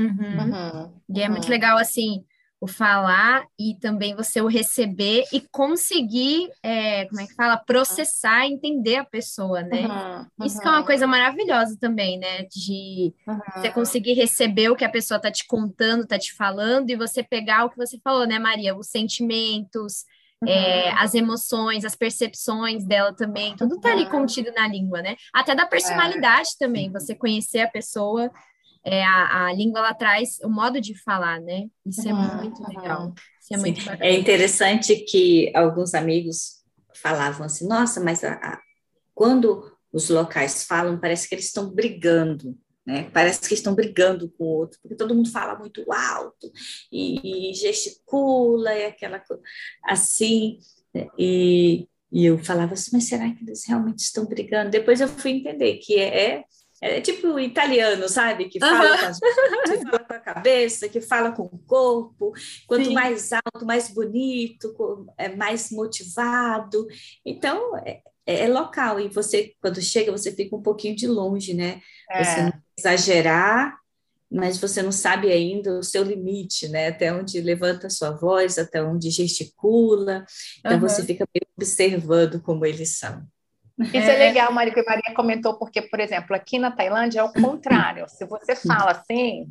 E é muito legal, assim, o falar e também você o receber e conseguir, como é que fala? Processar e entender a pessoa, né? Isso que é uma coisa maravilhosa também, né? De você conseguir receber o que a pessoa tá te contando, tá te falando, e você pegar o que você falou, né, Maria? Os sentimentos, as emoções, as percepções dela também, tudo tá ali contido na língua, né? Até da personalidade também, você conhecer a pessoa. A língua, ela traz o modo de falar, né? Isso é muito legal. Isso é muito bacana.
É interessante que alguns amigos falavam assim, nossa, mas quando os locais falam, parece que eles estão brigando, né? Parece que estão brigando com o outro, porque todo mundo fala muito alto e gesticula e aquela coisa assim, né? E eu falava assim, mas será que eles realmente estão brigando? Depois eu fui entender que é tipo o italiano, sabe? Que fala, que fala com a cabeça, que fala com o corpo. Quanto mais alto, mais bonito, mais motivado. Então, é local. E você, quando chega, você fica um pouquinho de longe, né? Você não exagerar, mas você não sabe ainda o seu limite, né? Até onde levanta a sua voz, até onde gesticula. Então, você fica meio observando como eles são.
Isso é legal, Maria, que a Maria comentou, porque, por exemplo, aqui na Tailândia é o contrário. Se você fala assim,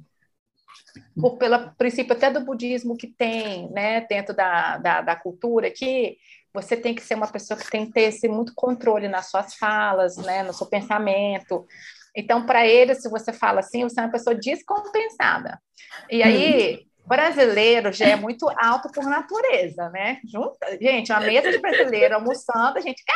pelo princípio até do budismo que tem, né, dentro da cultura aqui, você tem que ser uma pessoa que tem que ter muito controle nas suas falas, né, no seu pensamento. Então, para eles, se você fala assim, você é uma pessoa descompensada. E aí, brasileiro já é muito alto por natureza, né? Gente, uma mesa de brasileiro almoçando, a gente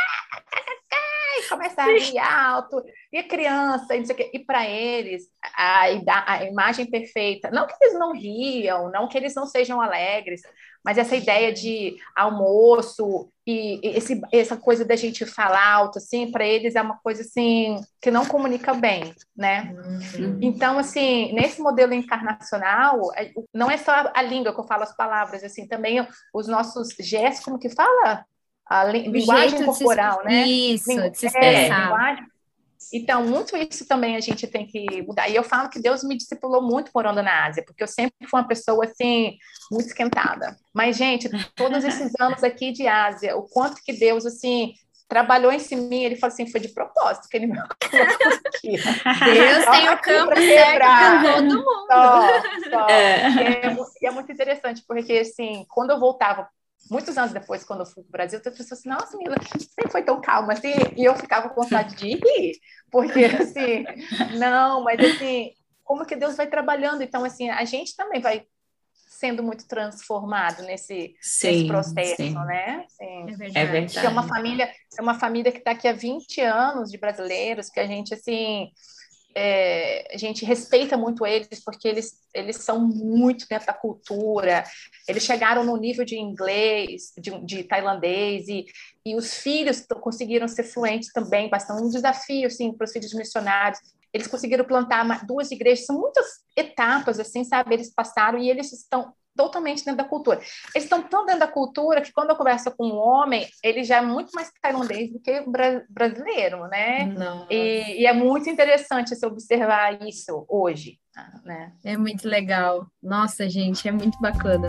começa a rir alto, e a criança, e não sei o quê. E para eles, a imagem perfeita, não que eles não riam, não que eles não sejam alegres, Mas essa ideia de almoço e essa coisa da gente falar alto, assim, para eles é uma coisa, assim, que não comunica bem, né? Então, assim, nesse modelo encarnacional, não é só a língua que eu falo as palavras, assim, também os nossos gestos, como que fala? A linguagem corporal, né?
Isso, de se expressar.
Linguagem. Então, muito isso também a gente tem que mudar. E eu falo que Deus me discipulou muito morando na Ásia, porque eu sempre fui uma pessoa, assim, muito esquentada. Mas, gente, todos esses anos aqui de Ásia, o quanto que Deus, assim, trabalhou em mim, ele falou assim, foi de propósito que ele me colocou aqui.
Deus tem o campo certo para todo mundo.
Só. E é muito interessante, porque, assim, quando eu voltava, muitos anos depois, quando eu fui para o Brasil, as pessoas assim, nossa, Mila, sempre foi tão calma, assim, e eu ficava com vontade de rir, porque, assim, não, mas, assim, como que Deus vai trabalhando, então, assim, a gente também vai sendo muito transformado nesse processo, né? Sim.
É verdade.
É uma família que está aqui há 20 anos de brasileiros, que a gente, assim, a gente respeita muito eles, porque eles são muito dentro da cultura, eles chegaram no nível de inglês, de tailandês, e os filhos conseguiram ser fluentes também, bastante um desafio, assim, para os filhos missionários. Eles conseguiram plantar 2 igrejas, são muitas etapas, assim, sabe? Eles passaram e eles estão totalmente dentro da cultura. Eles estão tão dentro da cultura que quando eu converso com um homem, ele já é muito mais tailandês do que brasileiro, né? E é muito interessante se observar isso hoje, né?
É muito legal. Nossa, gente, é muito bacana.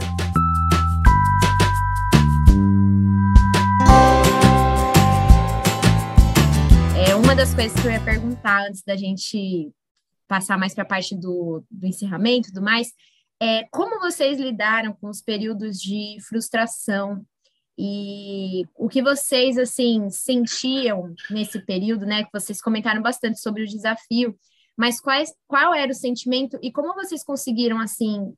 Uma das coisas que eu ia perguntar antes da gente passar mais para a parte do encerramento e tudo mais, como vocês lidaram com os períodos de frustração e o que vocês, assim, sentiam nesse período, né? Que vocês comentaram bastante sobre o desafio, mas qual era o sentimento e como vocês conseguiram, assim,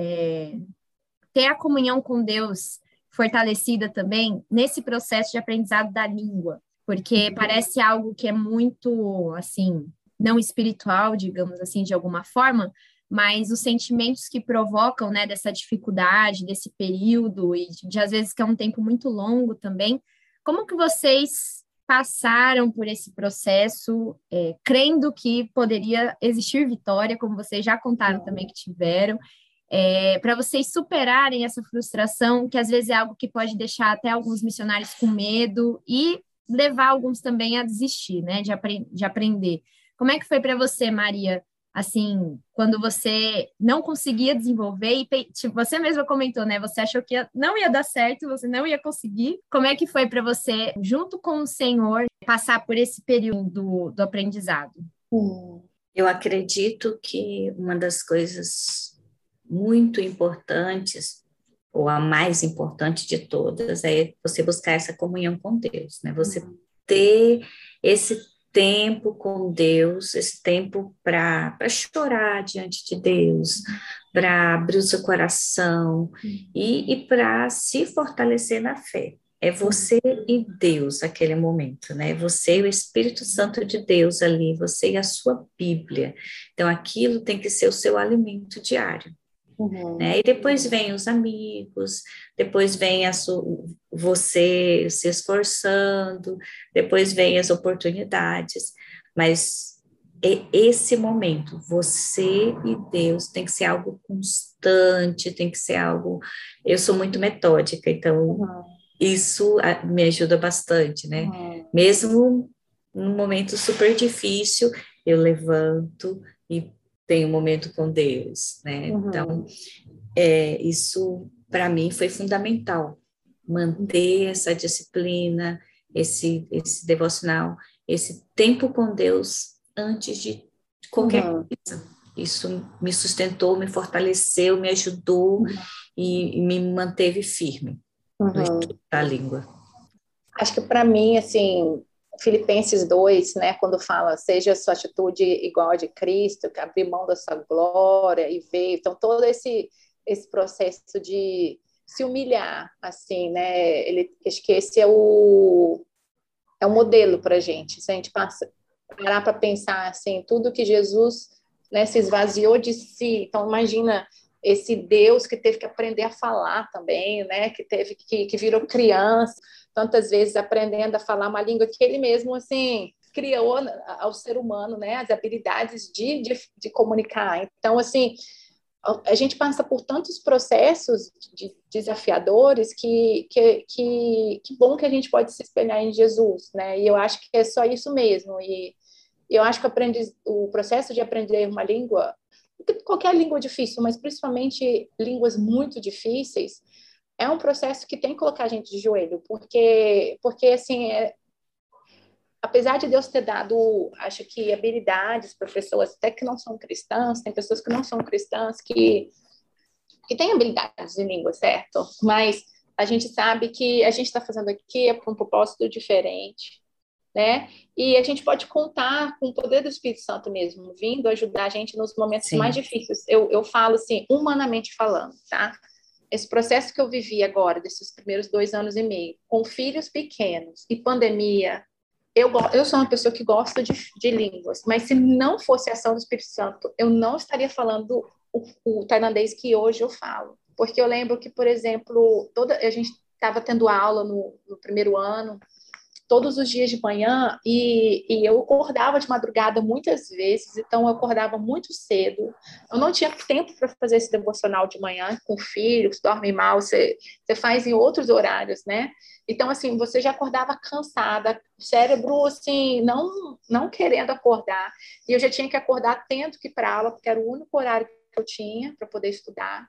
ter a comunhão com Deus fortalecida também nesse processo de aprendizado da língua? Porque parece algo que é muito, assim, não espiritual, digamos assim, de alguma forma, mas os sentimentos que provocam, né, dessa dificuldade, desse período, e de às vezes que é um tempo muito longo também, como que vocês passaram por esse processo, crendo que poderia existir vitória, como vocês já contaram também que tiveram, para vocês superarem essa frustração, que às vezes é algo que pode deixar até alguns missionários com medo e levar alguns também a desistir, né, de aprender. Como é que foi para você, Maria, assim, quando você não conseguia desenvolver e tipo, você mesma comentou, né, você achou que não ia dar certo, você não ia conseguir. Como é que foi para você, junto com o Senhor, passar por esse período do aprendizado?
Eu acredito que uma das coisas muito importantes, ou a mais importante de todas, é você buscar essa comunhão com Deus, né? Você ter esse tempo com Deus, esse tempo para chorar diante de Deus, para abrir o seu coração e para se fortalecer na fé. É você e Deus aquele momento, né? Você e o Espírito Santo de Deus ali, você e a sua Bíblia. Então, aquilo tem que ser o seu alimento diário. Né? E depois vem os amigos, depois vem você se esforçando, depois vem as oportunidades, mas esse momento, você e Deus, tem que ser algo constante, tem que ser algo... Eu sou muito metódica, então isso me ajuda bastante, né? Mesmo num momento super difícil, eu levanto e tenho um momento com Deus, né? Então, isso para mim foi fundamental, manter essa disciplina, esse devocional, esse tempo com Deus antes de qualquer coisa. Isso me sustentou, me fortaleceu, me ajudou e me manteve firme no estudo da língua.
Acho que para mim, assim, Filipenses 2, né, quando fala, seja a sua atitude igual a de Cristo, que abrir mão da sua glória e ver, então todo esse processo de se humilhar, assim, né, acho que esse é o modelo para a gente, se a gente parar para pensar, assim, tudo que Jesus, né, se esvaziou de si, então imagina esse Deus que teve que aprender a falar também, né? Que virou criança, tantas vezes aprendendo a falar uma língua que ele mesmo, assim, criou ao ser humano, né? As habilidades de comunicar. Então, assim, a gente passa por tantos processos desafiadores que bom que a gente pode se espelhar em Jesus, né? E eu acho que é só isso mesmo. E eu acho que o processo de aprender uma língua, qualquer língua difícil, mas principalmente línguas muito difíceis, é um processo que tem que colocar a gente de joelho, porque assim, apesar de Deus ter dado, acho que, habilidades para pessoas até que não são cristãs, tem pessoas que não são cristãs que têm habilidades em língua, certo? Mas a gente sabe que a gente está fazendo aqui é para um propósito diferente, né? E a gente pode contar com o poder do Espírito Santo mesmo, vindo ajudar a gente nos momentos
Sim.
mais difíceis. Eu falo assim, humanamente falando, tá? Esse processo que eu vivi agora, desses primeiros 2 anos e meio, com filhos pequenos e pandemia, eu sou uma pessoa que gosta de línguas, mas se não fosse a ação do Espírito Santo, eu não estaria falando o tailandês que hoje eu falo. Porque eu lembro que, por exemplo, a gente estava tendo aula no primeiro ano, todos os dias de manhã, e eu acordava de madrugada muitas vezes, então eu acordava muito cedo. Eu não tinha tempo para fazer esse devocional de manhã com filhos, dorme mal, você faz em outros horários, né? Então, assim, você já acordava cansada, cérebro, assim, não querendo acordar. E eu já tinha que acordar tendo que ir para aula, porque era o único horário que eu tinha para poder estudar.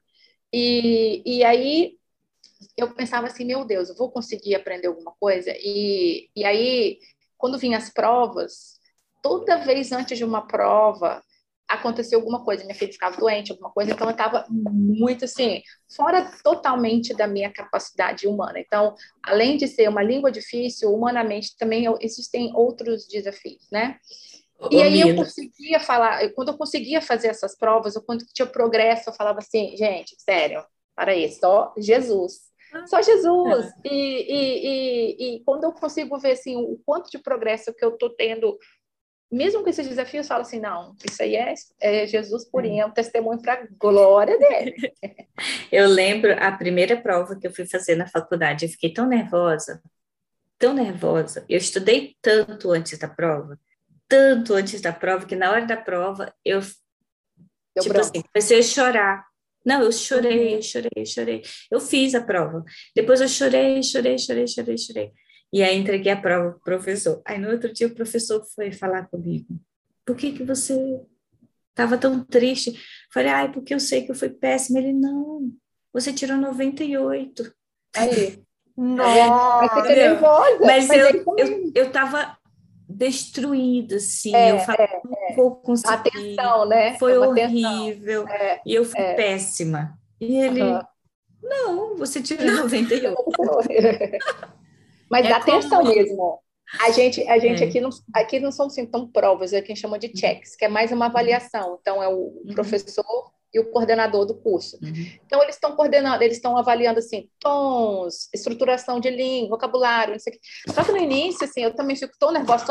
E aí eu pensava assim, meu Deus, eu vou conseguir aprender alguma coisa? E aí, quando vinham as provas, toda vez antes de uma prova, aconteceu alguma coisa, minha filha ficava doente, alguma coisa, então eu estava muito assim, fora totalmente da minha capacidade humana. Então, além de ser uma língua difícil, humanamente também existem outros desafios, né? E aí eu conseguia falar, quando eu conseguia fazer essas provas, ou quando tinha progresso, eu falava assim, gente, sério, para aí, só Jesus. Só Jesus. E quando eu consigo ver assim, o quanto de progresso que eu estou tendo, mesmo com esses desafios, eu falo assim, não, isso aí é Jesus purinho, é um testemunho para a glória dele.
Eu lembro a primeira prova que eu fui fazer na faculdade, eu fiquei tão nervosa, eu estudei tanto antes da prova, que na hora da prova eu, assim, comecei a chorar. Não, eu chorei. Eu fiz a prova. Depois eu chorei. E aí entreguei a prova pro professor. Aí no outro dia o professor foi falar comigo. Por que você estava tão triste? Falei, porque eu sei que eu fui péssima. Ele, não, você tirou 98.
Aí.
Nossa!
Mas fica nervosa.
Mas eu estava destruída, assim. Eu falei, não vou conseguir.
Atenção, né?
Foi horrível. E eu fui péssima. E ele, não, você tirou 98.
Mas dá atenção mesmo. A gente aqui não são assim, tão provas, é o que a gente chama de checks, que é mais uma avaliação. Então, é o professor e o coordenador do curso. Então, eles estão coordenando, eles estão avaliando, assim, tons, estruturação de língua, vocabulário, não sei o quê. Só que no início, assim, eu também fico tão nervosa,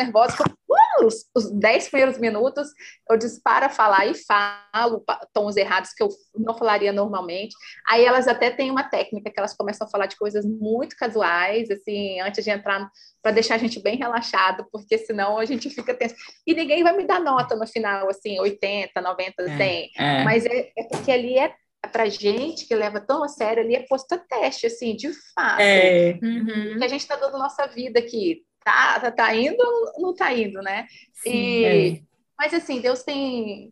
os 10 primeiros minutos, eu disparo a falar e falo tons errados que eu não falaria normalmente. Aí, elas até têm uma técnica que elas começam a falar de coisas muito casuais, assim, antes de entrar, para deixar a gente bem relaxado, porque senão a gente fica tenso. E ninguém vai me dar nota no final, assim, 80, 90, 100. Mas é porque ali é pra gente que leva tão a sério, ali é posto a teste, assim, de fato. Que a gente está dando nossa vida aqui. Tá indo ou não tá indo, né? Mas, assim, Deus tem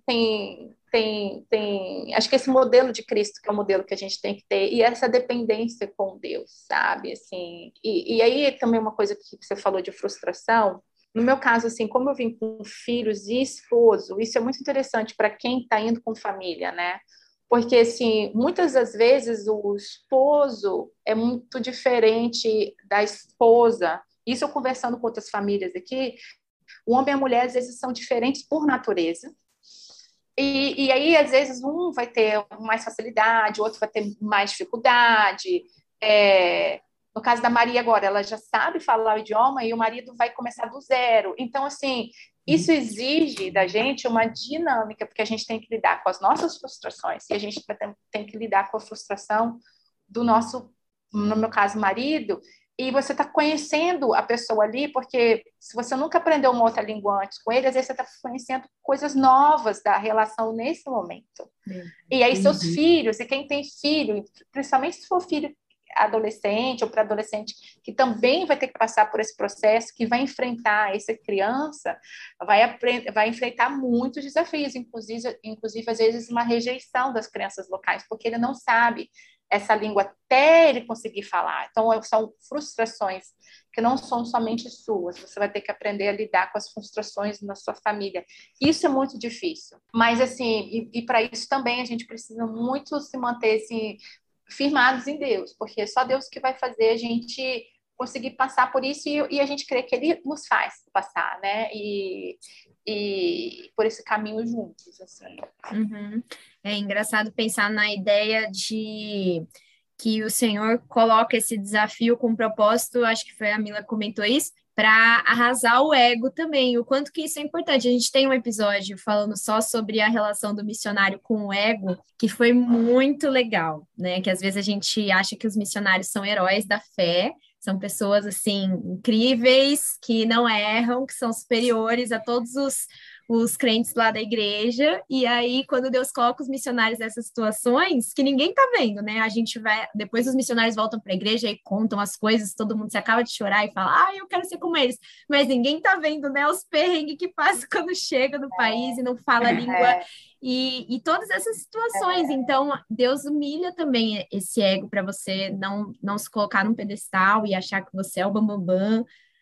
acho que esse modelo de Cristo que é o modelo que a gente tem que ter, e essa dependência com Deus, sabe? Assim, e aí também uma coisa que você falou de frustração. No meu caso, assim, como eu vim com filhos e esposo, isso é muito interessante para quem está indo com família, né? Porque, assim, muitas das vezes o esposo é muito diferente da esposa. Isso eu conversando com outras famílias aqui, o homem e a mulher, às vezes, são diferentes por natureza. E aí, às vezes, um vai ter mais facilidade, o outro vai ter mais dificuldade. No caso da Maria agora, ela já sabe falar o idioma e o marido vai começar do zero. Então, assim, isso exige da gente uma dinâmica, porque a gente tem que lidar com as nossas frustrações e a gente tem que lidar com a frustração do nosso, no meu caso, marido, e você está conhecendo a pessoa ali, porque se você nunca aprendeu uma outra língua antes com ele, às vezes você está conhecendo coisas novas da relação nesse momento. E aí seus filhos, e quem tem filho, principalmente se for filho adolescente ou pré-adolescente, que também vai ter que passar por esse processo, que vai enfrentar essa criança, vai enfrentar muitos desafios, inclusive às vezes uma rejeição das crianças locais, porque ele não sabe essa língua até ele conseguir falar. Então, são frustrações que não são somente suas. Você vai ter que aprender a lidar com as frustrações na sua família. Isso é muito difícil. Mas, assim, e para isso também a gente precisa muito se manter, assim, firmados em Deus, porque é só Deus que vai fazer a gente conseguir passar por isso e a gente crê que Ele nos faz passar, né? E por esse caminho juntos, assim.
Uhum. É engraçado pensar na ideia de que o Senhor coloca esse desafio com propósito, acho que foi a Mila que comentou isso, para arrasar o ego também, o quanto que isso é importante. A gente tem um episódio falando só sobre a relação do missionário com o ego, que foi muito legal, né? Que às vezes a gente acha que os missionários são heróis da fé, são pessoas, assim, incríveis, que não erram, que são superiores a todos os crentes lá da igreja, e aí quando Deus coloca os missionários nessas situações, que ninguém tá vendo, né? A gente vai, depois os missionários voltam para a igreja e contam as coisas, todo mundo se acaba de chorar e fala, eu quero ser como eles, mas ninguém tá vendo, né? Os perrengues que passa quando chega no país e não fala a língua, e todas essas situações. Então, Deus humilha também esse ego para você não se colocar num pedestal e achar que você é o bambambam.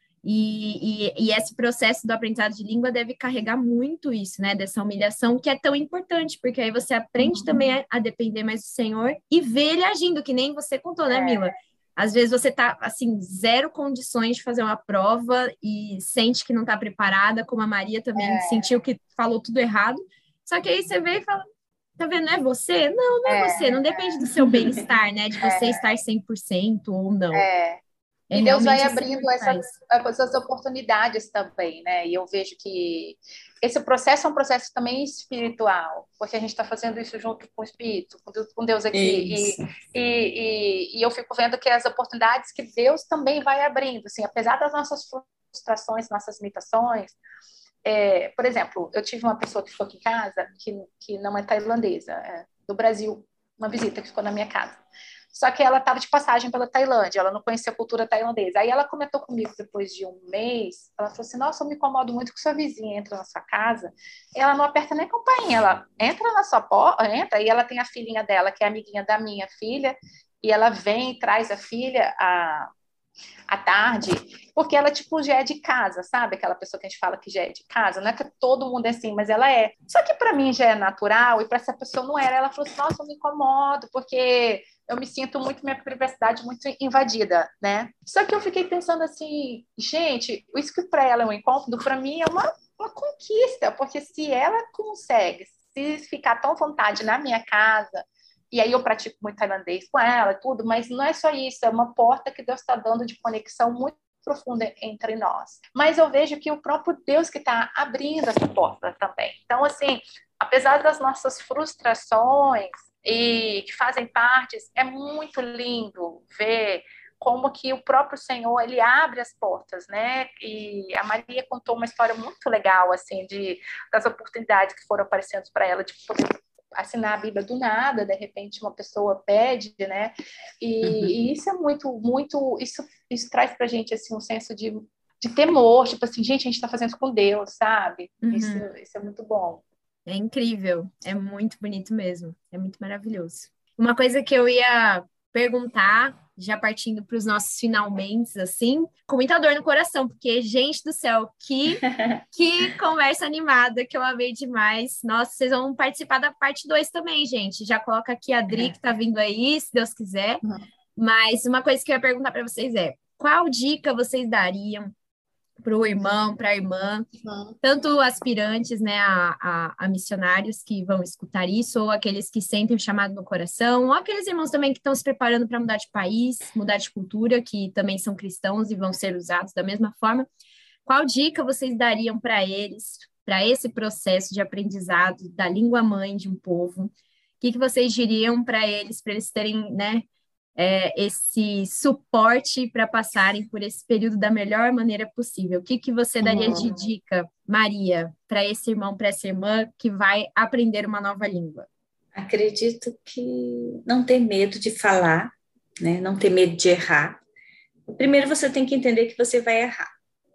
E esse processo do aprendizado de língua deve carregar muito isso, né? Dessa humilhação que é tão importante, porque aí você aprende também a depender mais do Senhor e ver ele agindo, que nem você contou, né, Mila? Às vezes você tá, assim, zero condições de fazer uma prova e sente que não tá preparada, como a Maria também sentiu que falou tudo errado. Só que aí você vê e fala, tá vendo, não é você? Não é você, não depende do seu bem-estar, né? De você estar 100% ou não.
E Deus vai
realmente
abrindo essas oportunidades também, né? E eu vejo que esse processo é um processo também espiritual, porque a gente está fazendo isso junto com o Espírito, com Deus aqui. E eu fico vendo que as oportunidades que Deus também vai abrindo, assim, apesar das nossas frustrações, nossas limitações. Por exemplo, eu tive uma pessoa que ficou aqui em casa, que não é tailandesa, do Brasil, uma visita que ficou na minha casa. Só que ela estava de passagem pela Tailândia, ela não conhecia a cultura tailandesa. Aí ela comentou comigo depois de um mês, ela falou assim, nossa, eu me incomodo muito que sua vizinha entra na sua casa, e ela não aperta nem a campainha, ela entra na sua porta, entra, e ela tem a filhinha dela, que é amiguinha da minha filha, e ela vem e traz a filha à tarde, porque ela, tipo, já é de casa, sabe? Aquela pessoa que a gente fala que já é de casa, não é que todo mundo é assim, mas ela é. Só que para mim já é natural, e para essa pessoa não era. Ela falou assim, nossa, eu me incomodo, porque eu me sinto muito, minha privacidade muito invadida, né? Só que eu fiquei pensando assim, gente, isso que para ela é um incômodo, para mim é uma conquista, porque se ela consegue se ficar tão à vontade na minha casa, e aí eu pratico muito tailandês com ela e tudo, mas não é só isso, é uma porta que Deus está dando de conexão muito profunda entre nós. Mas eu vejo que o próprio Deus que está abrindo essa porta também. Então, assim, apesar das nossas frustrações e que fazem parte, é muito lindo ver como que o próprio Senhor, ele abre as portas, né? E a Maria contou uma história muito legal, assim, das oportunidades que foram aparecendo para ela, de poder assinar a Bíblia do nada, de repente uma pessoa pede, né? E isso é muito, muito, isso traz pra gente, assim, um senso de temor, tipo assim, gente, a gente tá fazendo isso com Deus, sabe? Isso é muito bom.
É incrível, é muito bonito mesmo, é muito maravilhoso. Uma coisa que eu ia perguntar, já partindo para os nossos finalmente, assim, com muita dor no coração, porque, gente do céu, que conversa animada, que eu amei demais. Nossa, vocês vão participar da parte 2 também, gente. Já coloca aqui a Adri, que tá vindo aí, se Deus quiser. Mas uma coisa que eu ia perguntar para vocês é, qual dica vocês dariam para o irmão, para a irmã, tanto aspirantes, né, a missionários que vão escutar isso, ou aqueles que sentem o chamado no coração, ou aqueles irmãos também que estão se preparando para mudar de país, mudar de cultura, que também são cristãos e vão ser usados da mesma forma. Qual dica vocês dariam para eles, para esse processo de aprendizado da língua mãe de um povo? O que vocês diriam para eles terem, né, esse suporte para passarem por esse período da melhor maneira possível? O que você daria de dica, Maria, para esse irmão, para essa irmã que vai aprender uma nova língua?
Acredito que não ter medo de falar, né? Não ter medo de errar. Primeiro você tem que entender que você vai errar.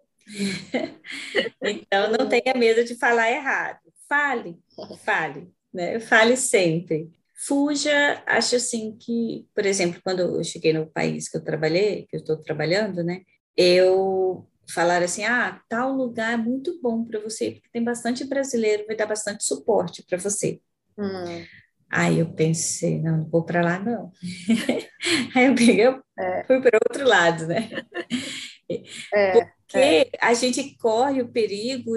Então não tenha medo de falar errado. Fale, né? Fale sempre. Fuja, acho assim que, por exemplo, quando eu cheguei no país que eu estou trabalhando, né? Eu falaram assim, tal lugar é muito bom para você, porque tem bastante brasileiro, vai dar bastante suporte para você. Aí eu pensei, não vou para lá, não. Aí eu fui para outro lado, né? Porque a gente corre o perigo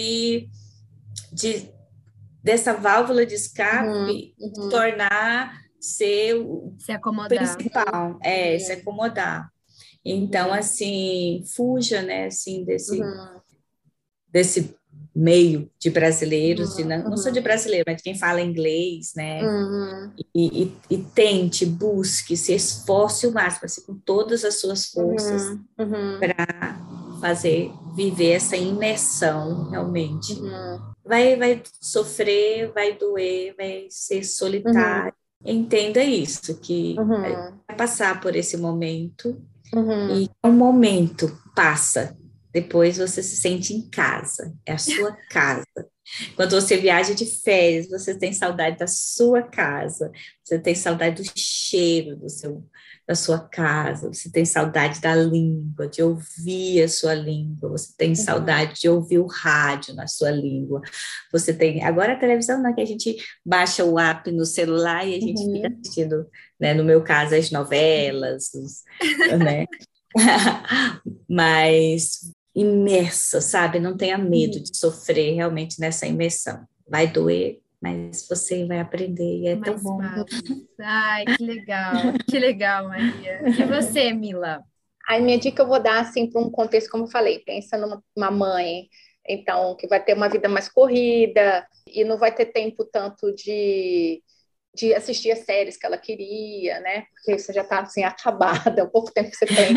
dessa válvula de escape tornar ser o principal, se acomodar. Então, assim, fuja, né, assim, desse meio de brasileiros, não só de brasileiro, mas de quem fala inglês, né, e tente, busque, se esforce o máximo, assim, com todas as suas forças para viver essa imersão, realmente. Vai sofrer, vai doer, vai ser solitário. Entenda isso, que vai passar por esse momento e um momento passa. Depois você se sente em casa, é a sua casa. Quando você viaja de férias, você tem saudade da sua casa, você tem saudade do cheiro da sua casa, você tem saudade da língua, de ouvir a sua língua, você tem saudade de ouvir o rádio na sua língua. Você tem agora a televisão, né, que a gente baixa o app no celular e a gente fica assistindo, né, no meu caso, as novelas, né? Mas imersa, sabe? Não tenha medo de sofrer realmente nessa imersão. Vai doer, mas você vai aprender e é tão bom.
Ai, que legal, Maria. E você, Mila?
A minha dica eu vou dar assim para um contexto, como eu falei, pensa numa mãe, então, que vai ter uma vida mais corrida e não vai ter tempo tanto de assistir as séries que ela queria, né? Porque você já está assim acabada, há pouco tempo que você tem.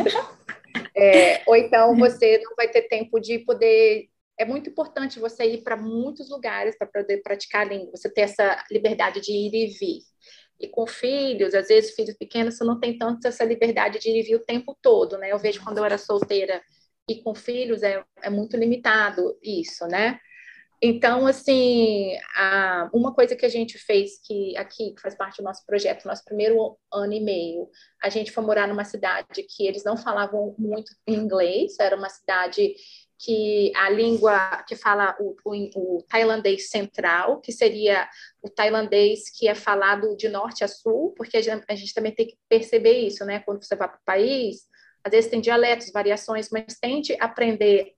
Ou então você não vai ter tempo de poder. É muito importante você ir para muitos lugares para poder praticar a língua, você ter essa liberdade de ir e vir. E com filhos, às vezes filhos pequenos, você não tem tanto essa liberdade de ir e vir o tempo todo, né? Eu vejo quando eu era solteira e com filhos é muito limitado isso, né? Então, assim, uma coisa que a gente fez que faz parte do nosso projeto, nosso primeiro ano e meio, a gente foi morar numa cidade que eles não falavam muito inglês, era uma cidade que a língua que fala o tailandês central, que seria o tailandês que é falado de norte a sul, porque a gente também tem que perceber isso, né? Quando você vai para o país, às vezes tem dialetos, variações, mas tente aprender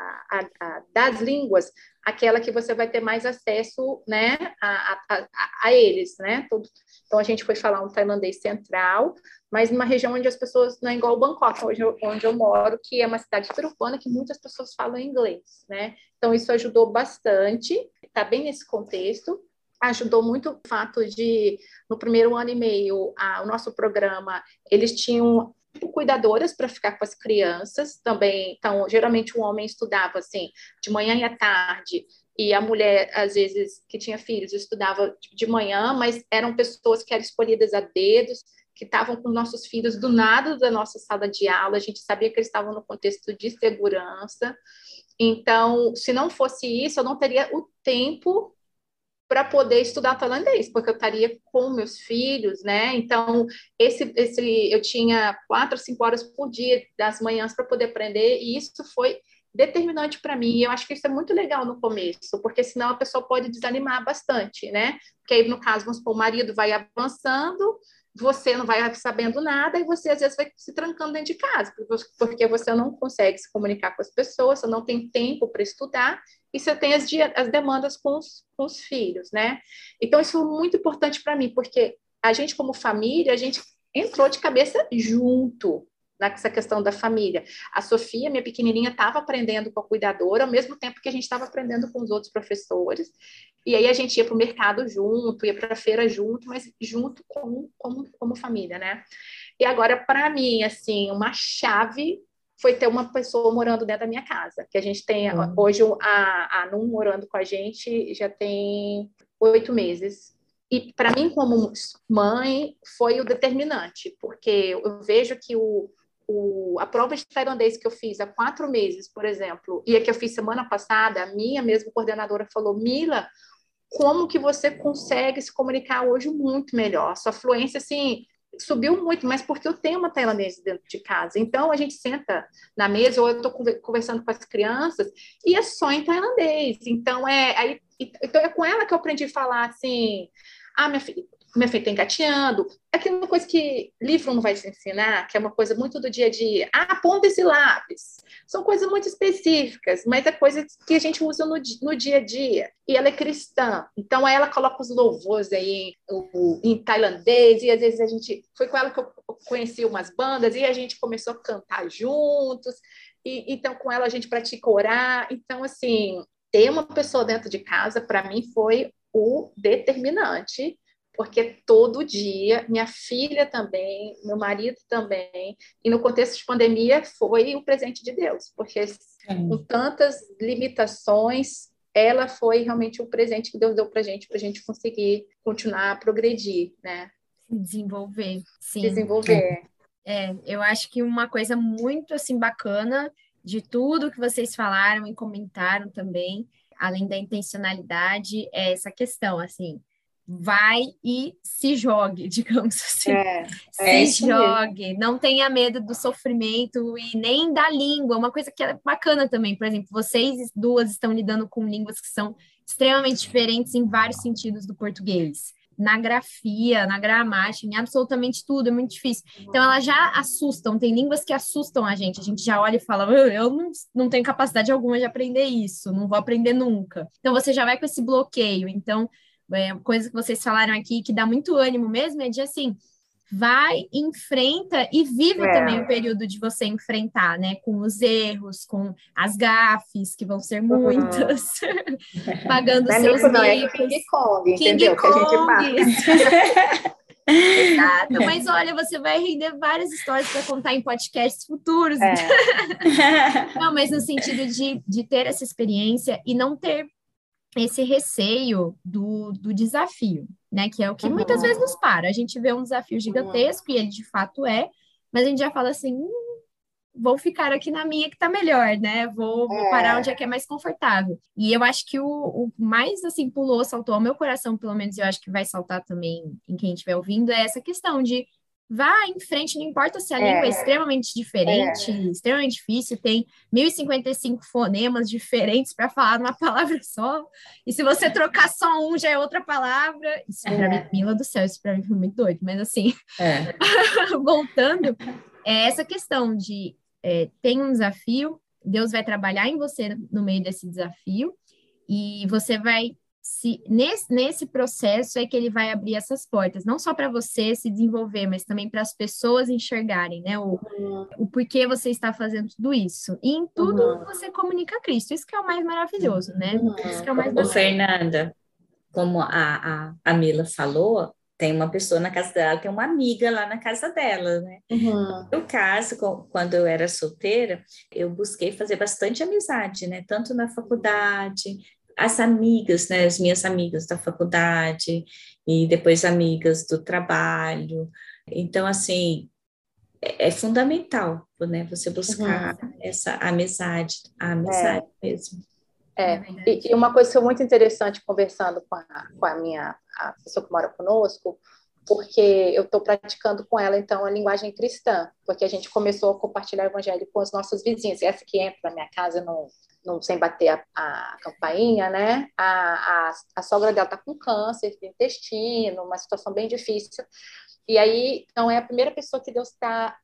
das línguas aquela que você vai ter mais acesso, né, a eles, né? Então, a gente foi falar um tailandês central, mas numa região onde as pessoas, não é igual Bangkok, onde eu moro, que é uma cidade super urbana, que muitas pessoas falam inglês, né? Então, isso ajudou bastante, está bem nesse contexto. Ajudou muito o fato de, no primeiro ano e meio, o nosso programa, eles tinham cuidadoras para ficar com as crianças também. Então, geralmente, um homem estudava assim, de manhã e à tarde, e a mulher, às vezes, que tinha filhos, estudava de manhã, mas eram pessoas que eram escolhidas a dedos, que estavam com nossos filhos do nada da nossa sala de aula, a gente sabia que eles estavam no contexto de segurança. Então, se não fosse isso, eu não teria o tempo para poder estudar tailandês, porque eu estaria com meus filhos, né? Então, eu tinha 4 a 5 horas por dia das manhãs para poder aprender, e isso foi determinante para mim. E eu acho que isso é muito legal no começo, porque senão a pessoa pode desanimar bastante, né? Porque aí, no caso, vamos supor, o marido vai avançando você não vai sabendo nada e você, às vezes, vai se trancando dentro de casa, porque você não consegue se comunicar com as pessoas, você não tem tempo para estudar e você tem as demandas com os filhos, né? Então, isso foi muito importante para mim, porque a gente, como família, a gente entrou de cabeça junto nessa questão da família. A Sofia, minha pequenininha, estava aprendendo com a cuidadora, ao mesmo tempo que a gente estava aprendendo com os outros professores. E aí a gente ia para o mercado junto, ia para a feira junto, mas junto como família, né? E agora, para mim, assim, uma chave foi ter uma pessoa morando dentro da minha casa, que a gente tem, hoje, a Num morando com a gente já tem 8 meses. E para mim, como mãe, foi o determinante, porque eu vejo que a prova de tailandês que eu fiz há 4 meses, por exemplo, e a que eu fiz semana passada, a minha mesma coordenadora falou: Mila, como que você consegue se comunicar hoje muito melhor? Sua fluência, assim, subiu muito, mas porque eu tenho uma tailandesa dentro de casa. Então, a gente senta na mesa, ou eu estou conversando com as crianças, e é só em tailandês. Então, então é com ela que eu aprendi a falar assim: ah, minha filha está engateando. Aquela coisa que livro não vai te ensinar, que é uma coisa muito do dia a dia. Ah, ponta esse lápis. São coisas muito específicas, mas é coisa que a gente usa no dia a dia. E ela é cristã, então ela coloca os louvores aí em tailandês, e às vezes foi com ela que eu conheci umas bandas, e a gente começou a cantar juntos, e então com ela a gente pratica orar. Então, assim, ter uma pessoa dentro de casa, para mim, foi o determinante, porque todo dia, minha filha também, meu marido também, e no contexto de pandemia foi o presente de Deus, porque com tantas limitações, ela foi realmente o presente que Deus deu para a gente conseguir continuar a progredir, né?
Desenvolver, sim.
Desenvolver.
Eu acho que uma coisa muito, assim, bacana de tudo que vocês falaram e comentaram também, além da intencionalidade, é essa questão, assim, vai e se jogue, digamos assim. Se jogue, mesmo. Não tenha medo do sofrimento e nem da língua. Uma coisa que é bacana também, por exemplo, vocês duas estão lidando com línguas que são extremamente diferentes em vários sentidos do português. Na grafia, na gramática, em absolutamente tudo, é muito difícil. Então, elas já assustam, tem línguas que assustam a gente já olha e fala: eu não tenho capacidade alguma de aprender isso, não vou aprender nunca. Então, você já vai com esse bloqueio. Então, coisa que vocês falaram aqui, que dá muito ânimo mesmo, é de assim, vai, enfrenta e viva também o período de você enfrentar, né? Com os erros, com as gafes, que vão ser muitas, pagando seus micos.
Não, é King Kong, entendeu? Que a gente
passa. Exato, mas olha, você vai render várias histórias para contar em podcasts futuros. Não, mas no sentido de ter essa experiência e não ter esse receio do desafio, né? Que é o que muitas vezes nos para. A gente vê um desafio gigantesco e ele de fato é, mas a gente já fala assim: vou ficar aqui na minha que tá melhor, né? Vou parar onde é que é mais confortável. E eu acho que o mais, assim, pulou, saltou ao meu coração, pelo menos, eu acho que vai saltar também em quem estiver ouvindo, é essa questão de vá em frente, não importa se a língua é extremamente diferente, extremamente difícil, tem 1055 fonemas diferentes para falar uma palavra só, e se você trocar só um, já é outra palavra. Isso para mim, Mila do céu, isso para mim foi muito doido, mas assim, voltando, é essa questão de tem um desafio, Deus vai trabalhar em você no meio desse desafio, e você vai nesse processo é que ele vai abrir essas portas, não só para você se desenvolver, mas também para as pessoas enxergarem, né, o porquê você está fazendo tudo isso. E em tudo você comunica Cristo, isso que é o mais maravilhoso, né? Isso que é o mais
bacana. Fernanda, como a Mila falou, tem uma pessoa na casa dela, tem uma amiga lá na casa dela, né? No caso, quando eu era solteira, eu busquei fazer bastante amizade, né? Tanto na faculdade, as amigas, né? As minhas amigas da faculdade e depois amigas do trabalho. Então, assim, é fundamental, né? Você buscar essa amizade, a amizade mesmo.
E uma coisa que foi muito interessante conversando com a pessoa que mora conosco, porque eu estou praticando com ela, então, a linguagem cristã, porque a gente começou a compartilhar o evangelho com as nossas vizinhas. Essa que entra na minha casa sem bater a campainha, né? A sogra dela está com câncer de intestino, uma situação bem difícil. E aí, então, é a primeira pessoa que Deus está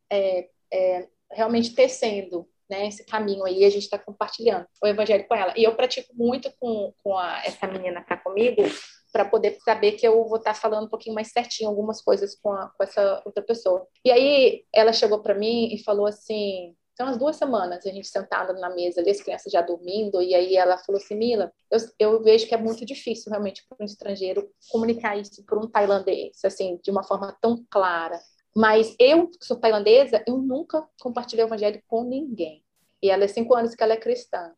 realmente tecendo, né, esse caminho aí, a gente está compartilhando o evangelho com ela. E eu pratico muito com essa menina que está comigo, para poder saber que eu vou estar falando um pouquinho mais certinho algumas coisas com essa outra pessoa. E aí, ela chegou para mim e falou assim, então, umas 2 semanas, a gente sentada na mesa ali, as crianças já dormindo, e aí ela falou assim, Mila, eu vejo que é muito difícil realmente para um estrangeiro comunicar isso para um tailandês, assim, de uma forma tão clara. Mas eu, que sou tailandesa, eu nunca compartilhei o evangelho com ninguém. E ela é 5 anos que ela é cristã.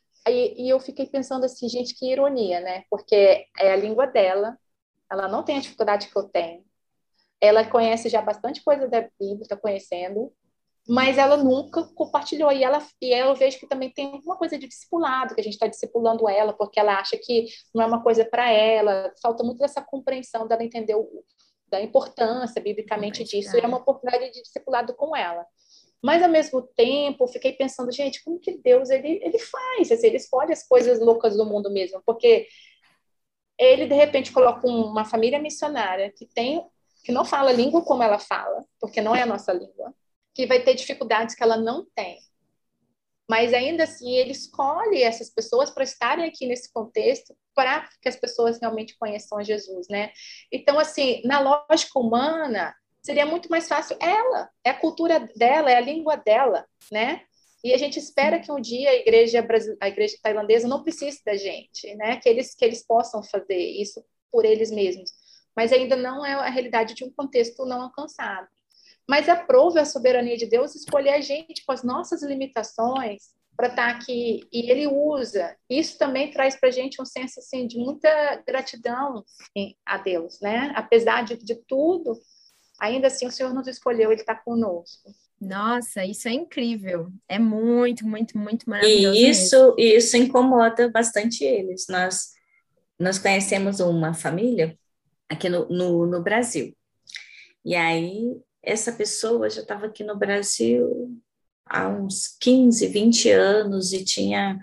E eu fiquei pensando assim, gente, que ironia, né? Porque é a língua dela, ela não tem a dificuldade que eu tenho, ela conhece já bastante coisa da Bíblia, está conhecendo, mas ela nunca compartilhou. E eu vejo que também tem uma coisa de discipulado, que a gente está discipulando ela, porque ela acha que não é uma coisa para ela, falta muito dessa compreensão dela entender da importância biblicamente disso, e é uma oportunidade de discipulado com ela. Mas, ao mesmo tempo, fiquei pensando, gente, como que Deus, ele faz, assim, ele escolhe as coisas loucas do mundo mesmo, porque ele, de repente, coloca uma família missionária que não fala a língua como ela fala, porque não é a nossa língua, que vai ter dificuldades que ela não tem. Mas, ainda assim, ele escolhe essas pessoas para estarem aqui nesse contexto, para que as pessoas realmente conheçam a Jesus, né? Então, assim, na lógica humana, seria muito mais fácil ela, é a cultura dela, é a língua dela, né? E a gente espera que um dia a igreja tailandesa não precise da gente, né? Que eles possam fazer isso por eles mesmos. Mas ainda não é a realidade de um contexto não alcançado. Mas aprove a soberania de Deus escolher a gente com as nossas limitações para estar aqui, e ele usa. Isso também traz para a gente um senso assim, de muita gratidão a Deus, né? Apesar de tudo, ainda assim o Senhor nos escolheu, ele está conosco.
Nossa, isso é incrível. É muito, muito, muito maravilhoso
E isso incomoda bastante eles. Nós conhecemos uma família aqui no Brasil. E aí, essa pessoa já estava aqui no Brasil há uns 15, 20 anos e tinha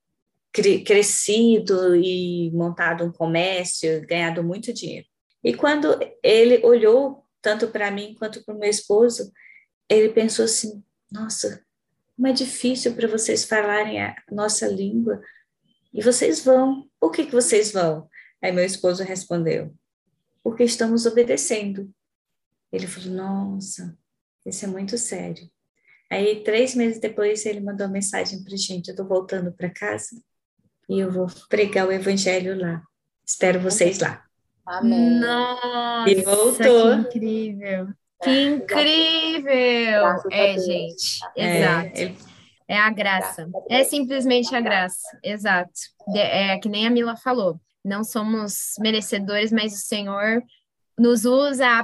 crescido e montado um comércio, ganhado muito dinheiro. E quando ele olhou tanto para mim quanto para o meu esposo, ele pensou assim, nossa, como é difícil para vocês falarem a nossa língua. E vocês vão. Por que vocês vão? Aí meu esposo respondeu, porque estamos obedecendo. Ele falou, nossa, isso é muito sério. Aí 3 meses depois ele mandou uma mensagem para a gente, eu estou voltando para casa e eu vou pregar o evangelho lá. Espero vocês lá.
Amém.
Nossa,
E voltou.
que incrível! Que incrível! Gente, exato. É a graça. É simplesmente a graça, exato. É que nem a Mila falou, não somos merecedores, mas o Senhor nos usa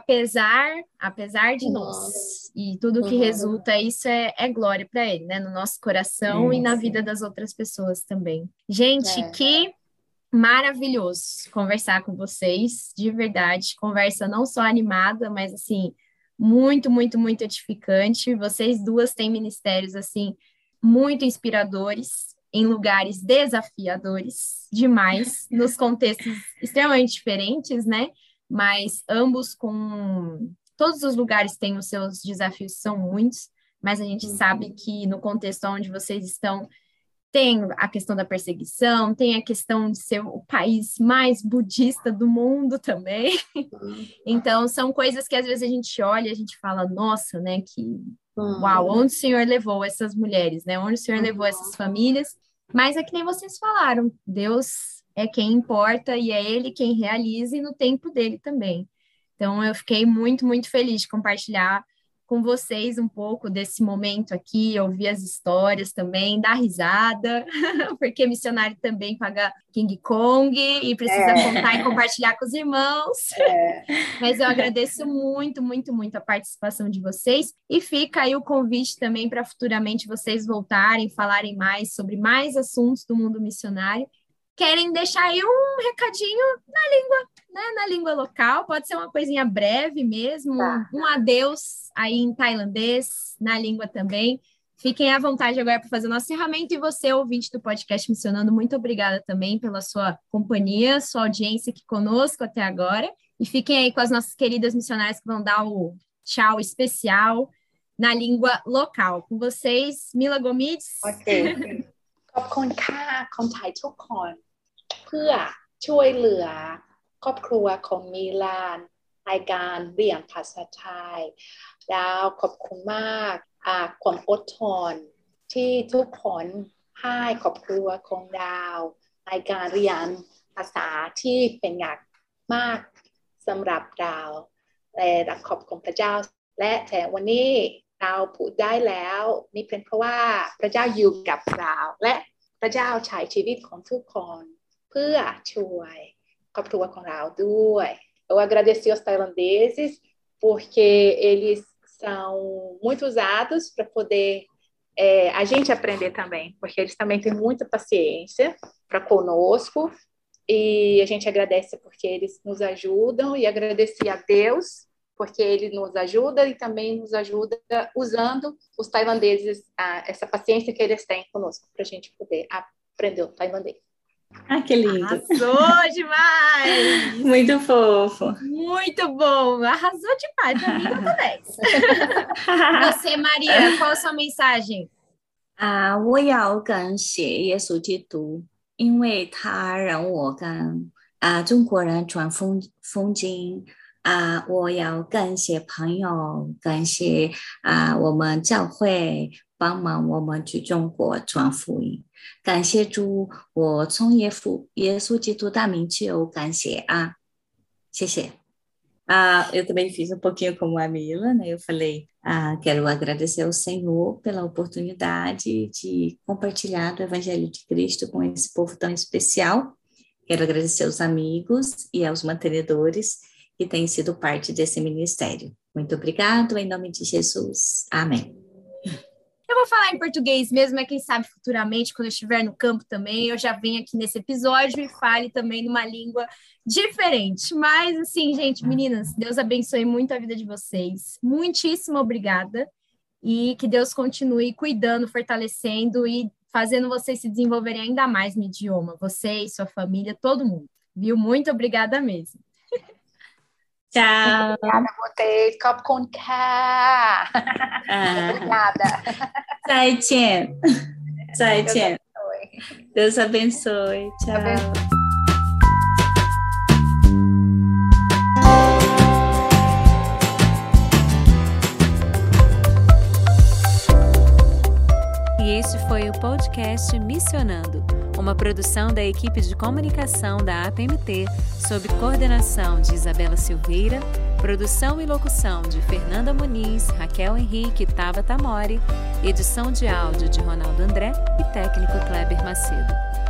apesar de nós. E tudo que resulta, isso é glória para Ele, né? No nosso coração e na vida das outras pessoas também. Gente, que maravilhoso conversar com vocês, de verdade. Conversa não só animada, mas assim, muito, muito, muito edificante. Vocês duas têm ministérios assim muito inspiradores em lugares desafiadores demais, nos contextos extremamente diferentes, né? Mas ambos com todos os lugares têm os seus desafios, são muitos, mas a gente sabe que no contexto onde vocês estão tem a questão da perseguição, tem a questão de ser o país mais budista do mundo também. Então, são coisas que às vezes a gente olha e a gente fala, nossa, né, que uau, onde o Senhor levou essas mulheres, né? Onde o Senhor levou essas famílias? Mas é que nem vocês falaram, Deus é quem importa e é Ele quem realiza e no tempo dele também. Então, eu fiquei muito, muito feliz de compartilhar com vocês um pouco desse momento aqui, ouvir as histórias também, dar risada, porque missionário também paga King Kong e precisa contar e compartilhar com os irmãos. Mas eu agradeço muito, muito, muito a participação de vocês e fica aí o convite também para futuramente vocês voltarem, falarem mais sobre mais assuntos do mundo missionário. Querem deixar aí um recadinho na língua, né? Na língua local, pode ser uma coisinha breve mesmo, um adeus aí em tailandês, na língua também. Fiquem à vontade agora para fazer o nosso encerramento. E você, ouvinte do podcast Missionando, muito obrigada também pela sua companhia, sua audiência aqui conosco até agora. E fiquem aí com as nossas queridas missionárias que vão dar o tchau especial na língua local. Com vocês, Mila Gomides.
โอเค ขอบคุณค่ะคนไทยทุกคนเพื่อช่วยเหลือครอบครัวของมิลานในการเรียนภาษาไทยแล้วขอบคุณมากความอดทนที่ทุกคนให้ครอบครัวของดาวในการเรียนภาษาที่เป็นยากมากสำหรับดาวและขอบคุณพระเจ้าและแต่วันนี้เราพูดได้แล้วนี่เป็นเพราะว่าพระเจ้าอยู่กับเราและพระเจ้าใช้ชีวิตของทุกคนเพื่อช่วยครอบครัวของเราด้วย Eu agradeci aos tailandeses porque eles são muito usados para poder a gente aprender também, porque eles também têm muita paciência para conosco e a gente agradece porque eles nos ajudam e agradecer a Deus porque Ele nos ajuda e também nos ajuda usando os tailandeses, essa paciência que eles têm conosco, para a gente poder aprender o tailandês.
Ah, que lindo!
Arrasou demais!
Muito fofo!
Muito bom! Arrasou demais, para mim, nota 10. Você, Maria, qual a sua mensagem?
我要感谢耶稣基督，因为他让我跟中国人传福音。我要感谢朋友，感谢我们教会帮忙我们去中国传福音，感谢主，我从耶稣基督的名求感谢谢谢。Eu também fiz um pouquinho como a Mila, né? Eu falei, quero agradecer ao Senhor pela oportunidade de compartilhar o Evangelho de Cristo com esse povo tão especial. Quero agradecer aos amigos e aos mantenedores que têm sido parte desse ministério. Muito obrigado, em nome de Jesus. Amém.
Eu vou falar em português mesmo, quem sabe futuramente, quando eu estiver no campo também, eu já venho aqui nesse episódio e fale também numa língua diferente. Mas, assim, gente, meninas, Deus abençoe muito a vida de vocês. Muitíssimo obrigada. E que Deus continue cuidando, fortalecendo e fazendo vocês se desenvolverem ainda mais no idioma. Vocês, sua família, todo mundo. Viu? Muito obrigada mesmo.
Tchau.
Obrigada a vocês. ขอบคุณค่ะ Obrigada.
再见. 再见. Deus abençoe. Tchau.
E este foi o podcast Missionando, uma produção da equipe de comunicação da APMT, sob coordenação de Isabela Silveira, produção e locução de Fernanda Muniz, Raquel Henrique e Tabata Mori, edição de áudio de Ronaldo André e técnico Kleber Macedo.